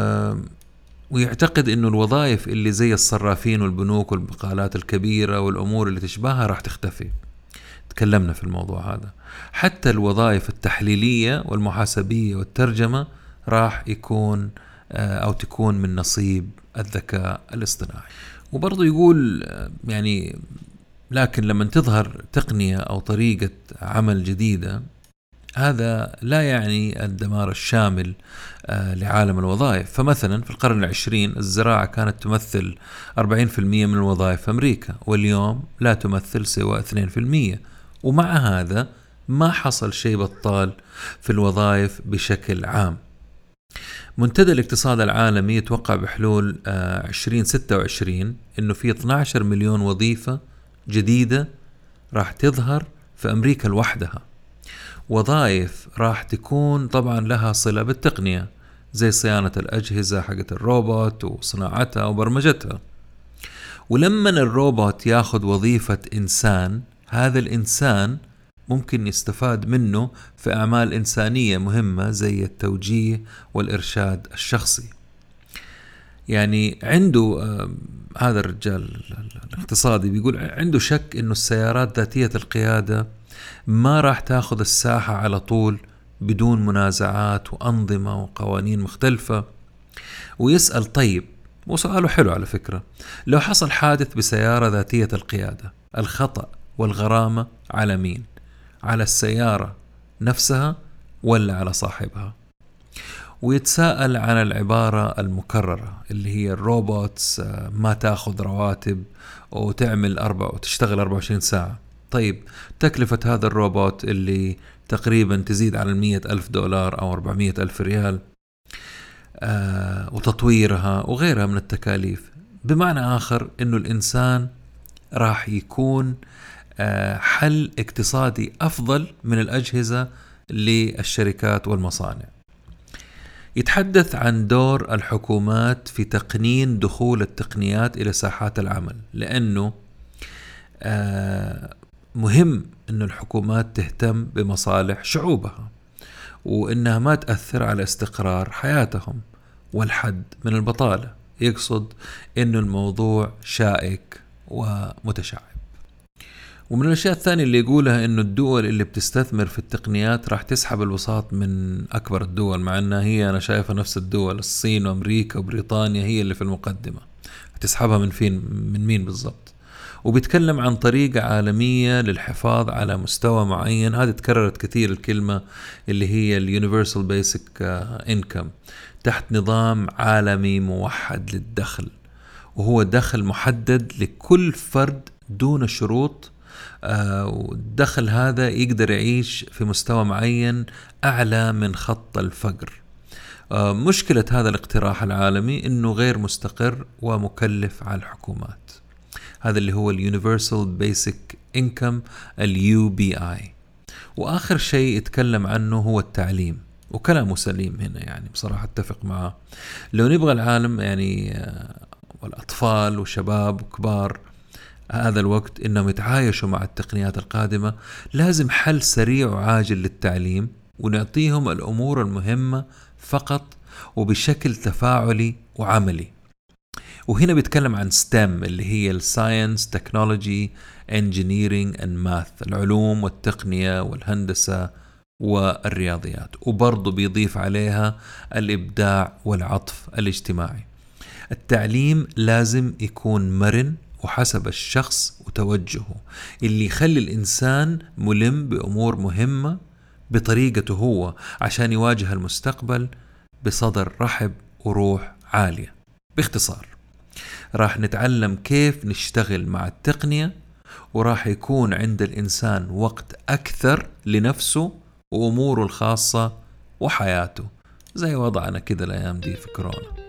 ويعتقد إنه الوظائف اللي زي الصرافين والبنوك والبقالات الكبيرة والأمور اللي تشبهها راح تختفي. تكلمنا في الموضوع هذا. حتى الوظائف التحليلية والمحاسبية والترجمة راح يكون أو تكون من نصيب الذكاء الاصطناعي. وبرضو يقول يعني لكن لما تظهر تقنية أو طريقة عمل جديدة، هذا لا يعني الدمار الشامل لعالم الوظائف. فمثلا في القرن العشرين الزراعة كانت تمثل أربعين بالمئة من الوظائف في أمريكا، واليوم لا تمثل سوى اثنين بالمئة. ومع هذا ما حصل شيء بطال في الوظائف بشكل عام. منتدى الاقتصاد العالمي يتوقع بحلول عشرين ستة وعشرين إنه في اثني عشر مليون وظيفة جديدة راح تظهر في أمريكا لوحدها، وظائف راح تكون طبعا لها صلة بالتقنية زي صيانة الأجهزة حقت الروبوت وصناعتها وبرمجتها. ولما الروبوت ياخد وظيفة إنسان، هذا الإنسان ممكن يستفاد منه في أعمال إنسانية مهمة زي التوجيه والإرشاد الشخصي. يعني عنده آه هذا الرجال الاقتصادي بيقول عنده شك إنه السيارات ذاتية القيادة ما راح تاخذ الساحة على طول بدون منازعات وأنظمة وقوانين مختلفة. ويسأل طيب، وسؤاله حلو على فكرة، لو حصل حادث بسيارة ذاتية القيادة الخطأ والغرامة على مين؟ على السيارة نفسها ولا على صاحبها؟ ويتساءل عن العبارة المكررة اللي هي الروبوتس ما تاخذ رواتب وتعمل أربع وتشتغل أربعة وعشرين ساعة. طيب تكلفة هذا الروبوت اللي تقريبا تزيد على المية ألف دولار أو أربعمية ألف ريال، آه وتطويرها وغيرها من التكاليف. بمعنى آخر إنه الإنسان راح يكون آه حل اقتصادي أفضل من الأجهزة للشركات والمصانع. يتحدث عن دور الحكومات في تقنين دخول التقنيات إلى ساحات العمل، لأنه آه مهم أن الحكومات تهتم بمصالح شعوبها وإنها ما تأثر على استقرار حياتهم والحد من البطالة. يقصد إنه الموضوع شائك ومتشعب. ومن الأشياء الثانية اللي يقولها إنه الدول اللي بتستثمر في التقنيات راح تسحب الوساط من أكبر الدول، مع أنها هي أنا شايفة نفس الدول، الصين وأمريكا وبريطانيا هي اللي في المقدمة. هتسحبها من فين؟ من مين بالضبط؟ وبيتكلم عن طريقة عالمية للحفاظ على مستوى معين. هذه تكررت كثير الكلمة اللي هي اليونيفرسال بيسك انكم، تحت نظام عالمي موحد للدخل، وهو دخل محدد لكل فرد دون شروط. والدخل هذا يقدر يعيش في مستوى معين أعلى من خط الفقر. مشكلة هذا الاقتراح العالمي إنه غير مستقر ومكلف على الحكومات. هذا اللي هو اليونيفرسال بيسك انكم، اليو بي اي. وآخر شيء يتكلم عنه هو التعليم، وكلامه سليم هنا، يعني بصراحة اتفق معه. لو نبغى العالم يعني والأطفال وشباب وكبار هذا الوقت إنهم يتعايشوا مع التقنيات القادمة، لازم حل سريع وعاجل للتعليم، ونعطيهم الأمور المهمة فقط وبشكل تفاعلي وعملي. وهنا بيتكلم عن ستيم اللي هي الساينس، تكنولوجي، انجينيرينج اند ماث، العلوم والتقنية والهندسة والرياضيات، وبرضه بيضيف عليها الإبداع والعطف الاجتماعي. التعليم لازم يكون مرن وحسب الشخص وتوجهه، اللي يخلي الإنسان ملم بأمور مهمة بطريقته هو، عشان يواجه المستقبل بصدر رحب وروح عالية. باختصار راح نتعلم كيف نشتغل مع التقنية، وراح يكون عند الإنسان وقت أكثر لنفسه وأموره الخاصة وحياته، زي وضعنا كده الأيام دي في كورونا.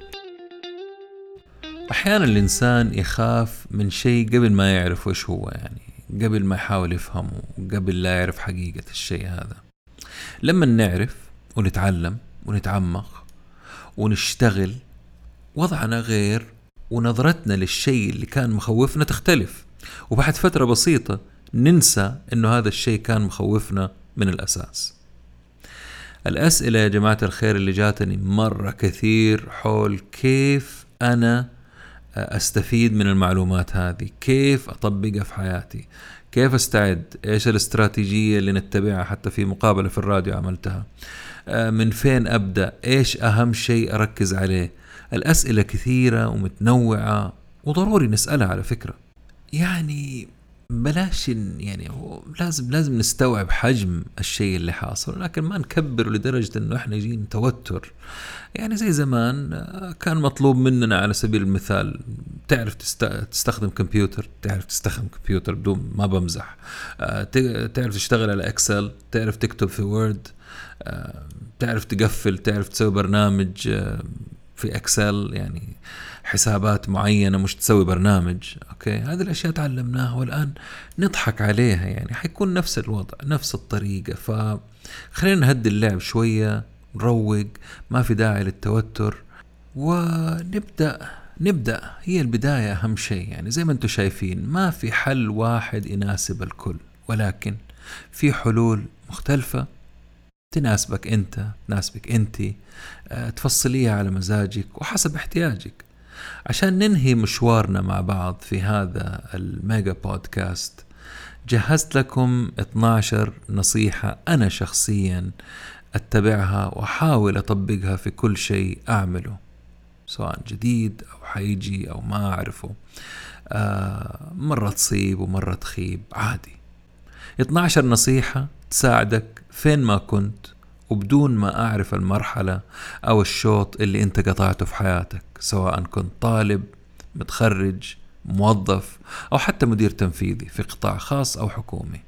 أحيانا الإنسان يخاف من شيء قبل ما يعرف وش هو، يعني قبل ما يحاول يفهمه، قبل لا يعرف حقيقة الشيء هذا. لما نعرف ونتعلم ونتعمق ونشتغل، وضعنا غير، ونظرتنا للشيء اللي كان مخوفنا تختلف، وبعد فترة بسيطة ننسى إنه هذا الشيء كان مخوفنا من الأساس. الأسئلة يا جماعة الخير اللي جاتني مرة كثير حول كيف أنا أستفيد من المعلومات هذه، كيف أطبقها في حياتي، كيف أستعد، إيش الاستراتيجية اللي نتبعها، حتى في مقابلة في الراديو عملتها، من فين أبدأ، إيش أهم شيء أركز عليه. الأسئلة كثيرة ومتنوعة وضروري نسألها على فكرة. يعني بلاش يعني لازم لازم نستوعب حجم الشيء اللي حاصل، لكن ما نكبر لدرجة إنه إحنا يجين توتر. يعني زي زمان كان مطلوب مننا على سبيل المثال تعرف تستخدم كمبيوتر، تعرف تستخدم كمبيوتر بدون ما بمزح، تعرف تشتغل على إكسل، تعرف تكتب في وورد، تعرف تقفل، تعرف تسوي برنامج في إكسل، يعني حسابات معينة، مش تسوي برنامج. أوكي، هذه الأشياء تعلمناها والآن نضحك عليها، يعني حيكون نفس الوضع نفس الطريقة. فخلينا نهدي اللعب شوية، نروق، ما في داعي للتوتر، ونبدأ نبدأ هي البداية أهم شيء. يعني زي ما أنتم شايفين ما في حل واحد يناسب الكل، ولكن في حلول مختلفة تناسبك أنت، تناسبك أنت، تفصليها على مزاجك وحسب احتياجك. عشان ننهي مشوارنا مع بعض في هذا الميجا بودكاست، جهزت لكم اثنا عشر نصيحة أنا شخصيا أتبعها وأحاول أطبقها في كل شيء أعمله، سواء جديد أو حيجي أو ما أعرفه. آه مرة تصيب ومرة تخيب، عادي. اثنا عشر نصيحة تساعدك فين ما كنت، وبدون ما أعرف المرحلة أو الشوط اللي أنت قطعته في حياتك، سواء كنت طالب، متخرج، موظف، أو حتى مدير تنفيذي في قطاع خاص أو حكومي.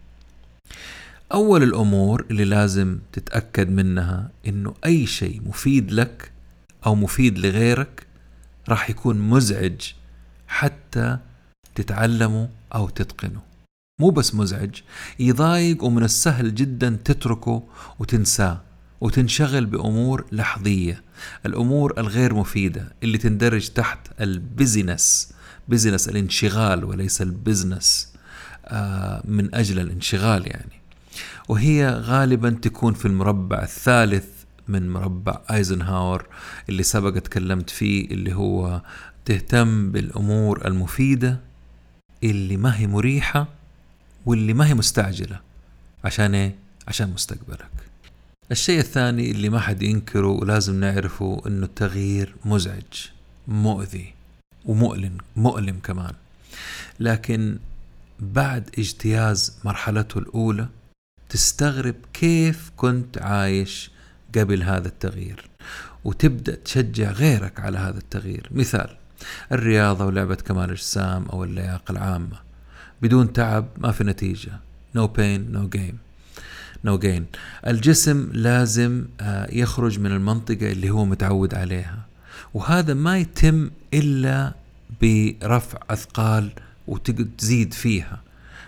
أول الأمور اللي لازم تتأكد منها إنه أي شيء مفيد لك أو مفيد لغيرك راح يكون مزعج حتى تتعلمه أو تتقنه. مو بس مزعج، يضايق، ومن السهل جدا تتركه وتنساه وتنشغل بأمور لحظية، الأمور الغير مفيدة اللي تندرج تحت البيزنس، بيزنس الانشغال وليس البيزنس آه من أجل الانشغال يعني. وهي غالبا تكون في المربع الثالث من مربع ايزنهاور اللي سبق تكلمت فيه، اللي هو تهتم بالأمور المفيدة اللي ما هي مريحة واللي ما هي مستعجلة. عشان ايه؟ عشان مستقبلك. الشيء الثاني اللي ما حد ينكره ولازم نعرفه انه التغيير مزعج، مؤذي ومؤلم، مؤلم كمان، لكن بعد اجتياز مرحلته الأولى تستغرب كيف كنت عايش قبل هذا التغيير، وتبدأ تشجع غيرك على هذا التغيير. مثال الرياضة ولعبة كمال الأجسام أو اللياقة العامة، بدون تعب ما في نتيجة. no pain no gain no gain. الجسم لازم يخرج من المنطقة اللي هو متعود عليها، وهذا ما يتم إلا برفع أثقال وتزيد فيها.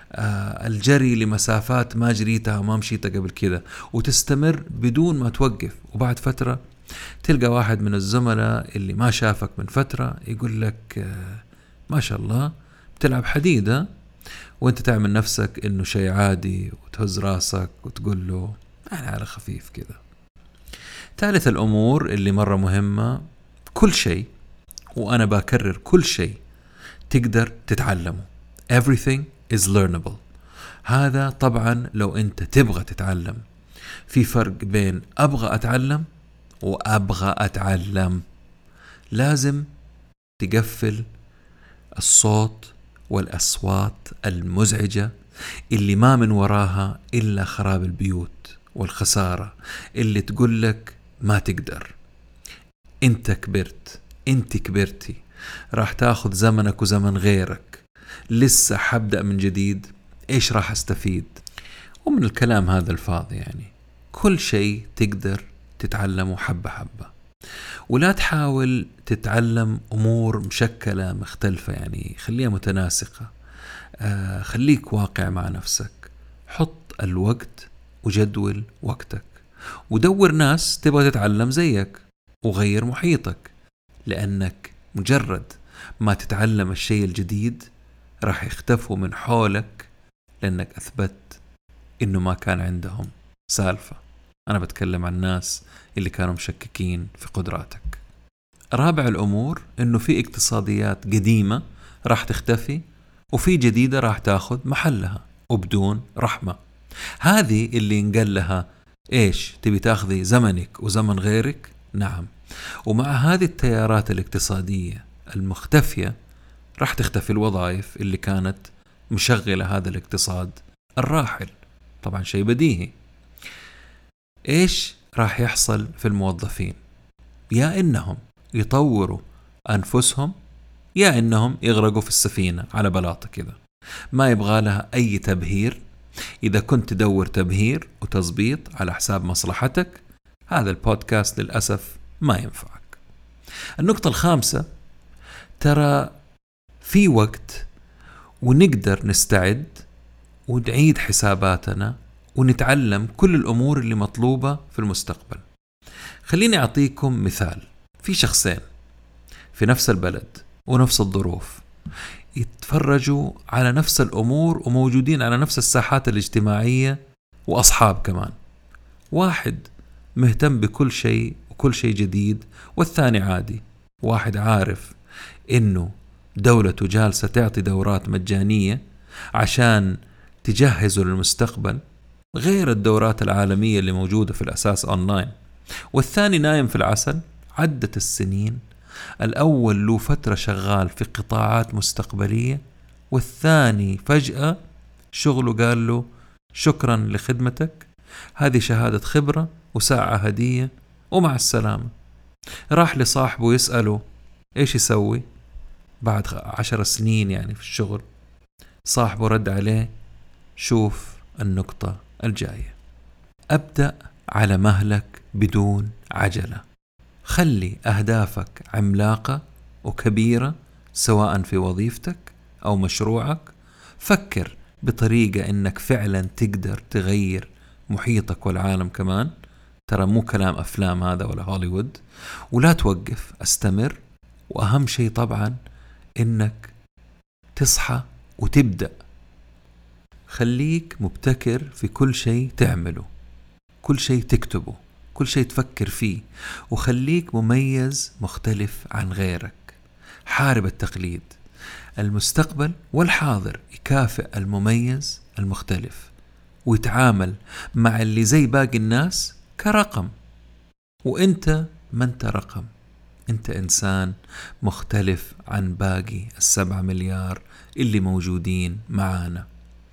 الجري لمسافات ما جريتها وما مشيتها قبل كده، وتستمر بدون ما توقف. وبعد فترة تلقى واحد من الزملاء اللي ما شافك من فترة يقول لك ما شاء الله بتلعب حديدة، وانت تعمل نفسك انه شيء عادي وتهز راسك وتقول له انا على خفيف كذا. ثالث الامور اللي مرة مهمة، كل شيء، وانا بكرر كل شيء تقدر تتعلمه. everything is learnable. هذا طبعا لو انت تبغى تتعلم. في فرق بين ابغى اتعلم وابغى اتعلم. لازم تقفل الصوت والأصوات المزعجة اللي ما من وراها إلا خراب البيوت والخسارة، اللي تقول لك ما تقدر، انت كبرت، انت كبرتي، راح تاخذ زمنك وزمن غيرك، لسه حبدأ من جديد، ايش راح استفيد؟ ومن الكلام هذا الفاضي يعني. كل شيء تقدر تتعلمه حبة حبة، ولا تحاول تتعلم أمور مشكلة مختلفة، يعني خليها متناسقة. آه خليك واقع مع نفسك، حط الوقت وجدول وقتك، ودور ناس تبغى تتعلم زيك، وغير محيطك، لأنك مجرد ما تتعلم الشيء الجديد راح يختفوا من حولك، لأنك أثبت إنه ما كان عندهم سالفة. أنا بتكلم عن الناس اللي كانوا مشككين في قدراتك. رابع الأمور إنه في اقتصاديات قديمة راح تختفي، وفي جديدة راح تاخذ محلها وبدون رحمة. هذه اللي نقال لها إيش؟ تبي تاخذي زمنك وزمن غيرك؟ نعم. ومع هذه التيارات الاقتصادية المختفية راح تختفي الوظائف اللي كانت مشغلة هذا الاقتصاد الراحل. طبعا شيء بديهي. إيش راح يحصل في الموظفين؟ يا إنهم يطوروا أنفسهم، يا إنهم يغرقوا في السفينة على بلاطة كذا، ما يبغى لها أي تبهير. إذا كنت تدور تبهير وتظبيط على حساب مصلحتك، هذا البودكاست للأسف ما ينفعك. النقطة الخامسة، ترى في وقت ونقدر نستعد ونعيد حساباتنا ونتعلم كل الأمور اللي مطلوبة في المستقبل. خليني أعطيكم مثال. في شخصين في نفس البلد ونفس الظروف، يتفرجوا على نفس الأمور وموجودين على نفس الساحات الاجتماعية وأصحاب كمان. واحد مهتم بكل شيء وكل شيء جديد، والثاني عادي. واحد عارف إنه دولته جالسة تعطي دورات مجانية عشان تجهزه للمستقبل، غير الدورات العالمية اللي موجودة في الأساس أونلاين. والثاني نايم في العسل، عدت السنين، الأول له فترة شغال في قطاعات مستقبلية، والثاني فجأة شغله قال له شكرا لخدمتك، هذه شهادة خبرة وساعة هدية ومع السلامة. راح لصاحبه يسأله إيش يسوي بعد عشر سنين يعني في الشغل. صاحبه رد عليه شوف النقطة الجاية، أبدأ على مهلك بدون عجلة. خلي أهدافك عملاقة وكبيرة، سواء في وظيفتك أو مشروعك. فكر بطريقة إنك فعلا تقدر تغير محيطك والعالم كمان. ترى مو كلام أفلام هذا ولا هوليوود. ولا توقف، استمر. وأهم شيء طبعا إنك تصحى وتبدأ. خليك مبتكر في كل شيء تعمله، كل شيء تكتبه، كل شيء تفكر فيه، وخليك مميز مختلف عن غيرك. حارب التقليد. المستقبل والحاضر يكافئ المميز المختلف، ويتعامل مع اللي زي باقي الناس كرقم، وانت ما انت رقم، أنت إنسان مختلف عن باقي السبعة مليار اللي موجودين معانا.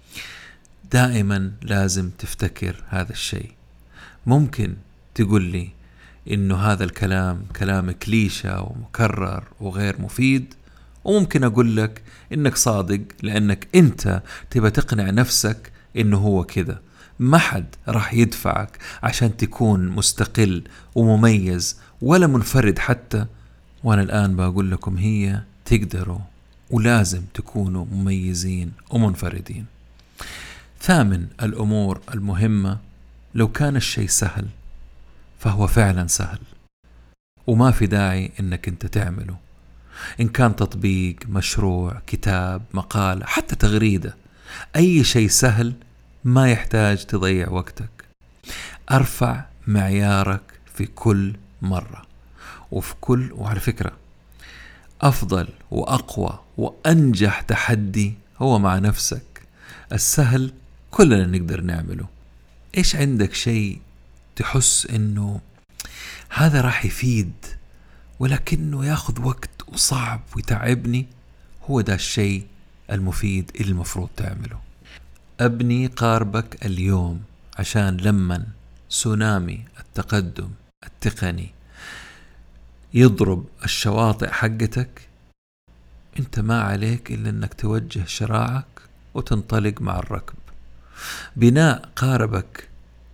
دائما لازم تفتكر هذا الشيء. ممكن تقول لي إنه هذا الكلام كلام كليشة ومكرر وغير مفيد، وممكن أقول لك إنك صادق لأنك أنت تبى تقنع نفسك إنه هو كده. ما حد راح يدفعك عشان تكون مستقل ومميز ولا منفرد حتى. وأنا الآن بقول لكم هي تقدروا ولازم تكونوا مميزين ومنفردين. ثامن الأمور المهمة، لو كان الشيء سهل فهو فعلا سهل وما في داعي إنك أنت تعمله. إن كان تطبيق، مشروع، كتاب، مقالة، حتى تغريدة، أي شيء سهل ما يحتاج تضيع وقتك. أرفع معيارك في كل مرة وفي كل وعلى فكرة أفضل وأقوى وأنجح تحدي هو مع نفسك. السهل كلنا نقدر نعمله. إيش عندك شيء تحس إنه هذا راح يفيد ولكنه ياخذ وقت وصعب ويتعبني؟ هو ده الشيء المفيد اللي المفروض تعمله. أبني قاربك اليوم عشان لمن سونامي التقدم التقني يضرب الشواطئ حقتك، انت ما عليك إلا أنك توجه شراعك وتنطلق مع الركب. بناء قاربك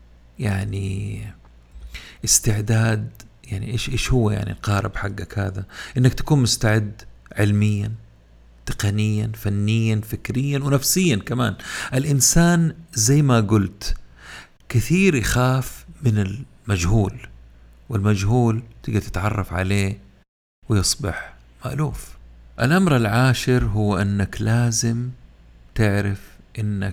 يعني استعداد. يعني إيش إيش هو يعني القارب حقك هذا؟ إنك تكون مستعد علميا، تقنيا، فنيا، فكريا ونفسيا كمان. الإنسان زي ما قلت كثير يخاف من المجهول، والمجهول تقدر تتعرف عليه ويصبح مألوف. الأمر العاشر هو أنك لازم تعرف أنك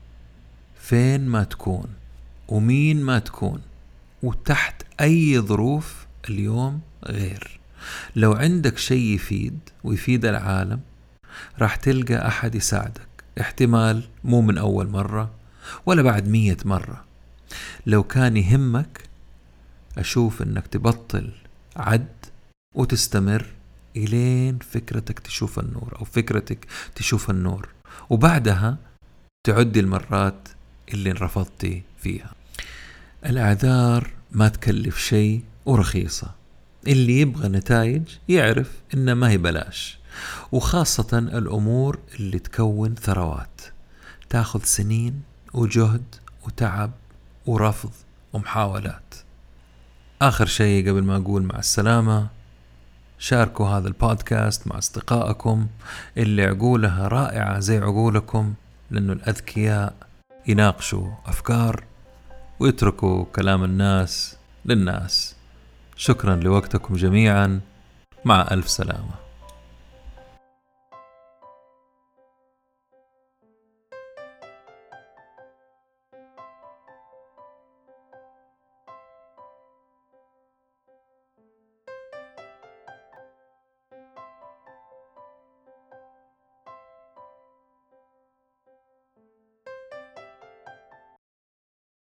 فين ما تكون ومين ما تكون وتحت أي ظروف اليوم غير. لو عندك شيء يفيد ويفيد العالم راح تلقى أحد يساعدك، احتمال مو من أول مرة ولا بعد مية مرة. لو كان يهمك أشوف أنك تبطل عد وتستمر إلين فكرتك تشوف النور أو فكرتك تشوف النور، وبعدها تعدي المرات اللي رفضتي فيها. الأعذار ما تكلف شيء ورخيصة. اللي يبغى نتائج يعرف إنه ما هي بلاش، وخاصة الأمور اللي تكون ثروات تاخذ سنين وجهد وتعب ورفض ومحاولات. آخر شيء قبل ما أقول مع السلامة، شاركوا هذا البودكاست مع أصدقائكم اللي عقولها رائعة زي عقولكم، لأنه الأذكياء يناقشوا أفكار ويتركوا كلام الناس للناس. شكرا لوقتكم جميعا، مع ألف سلامة.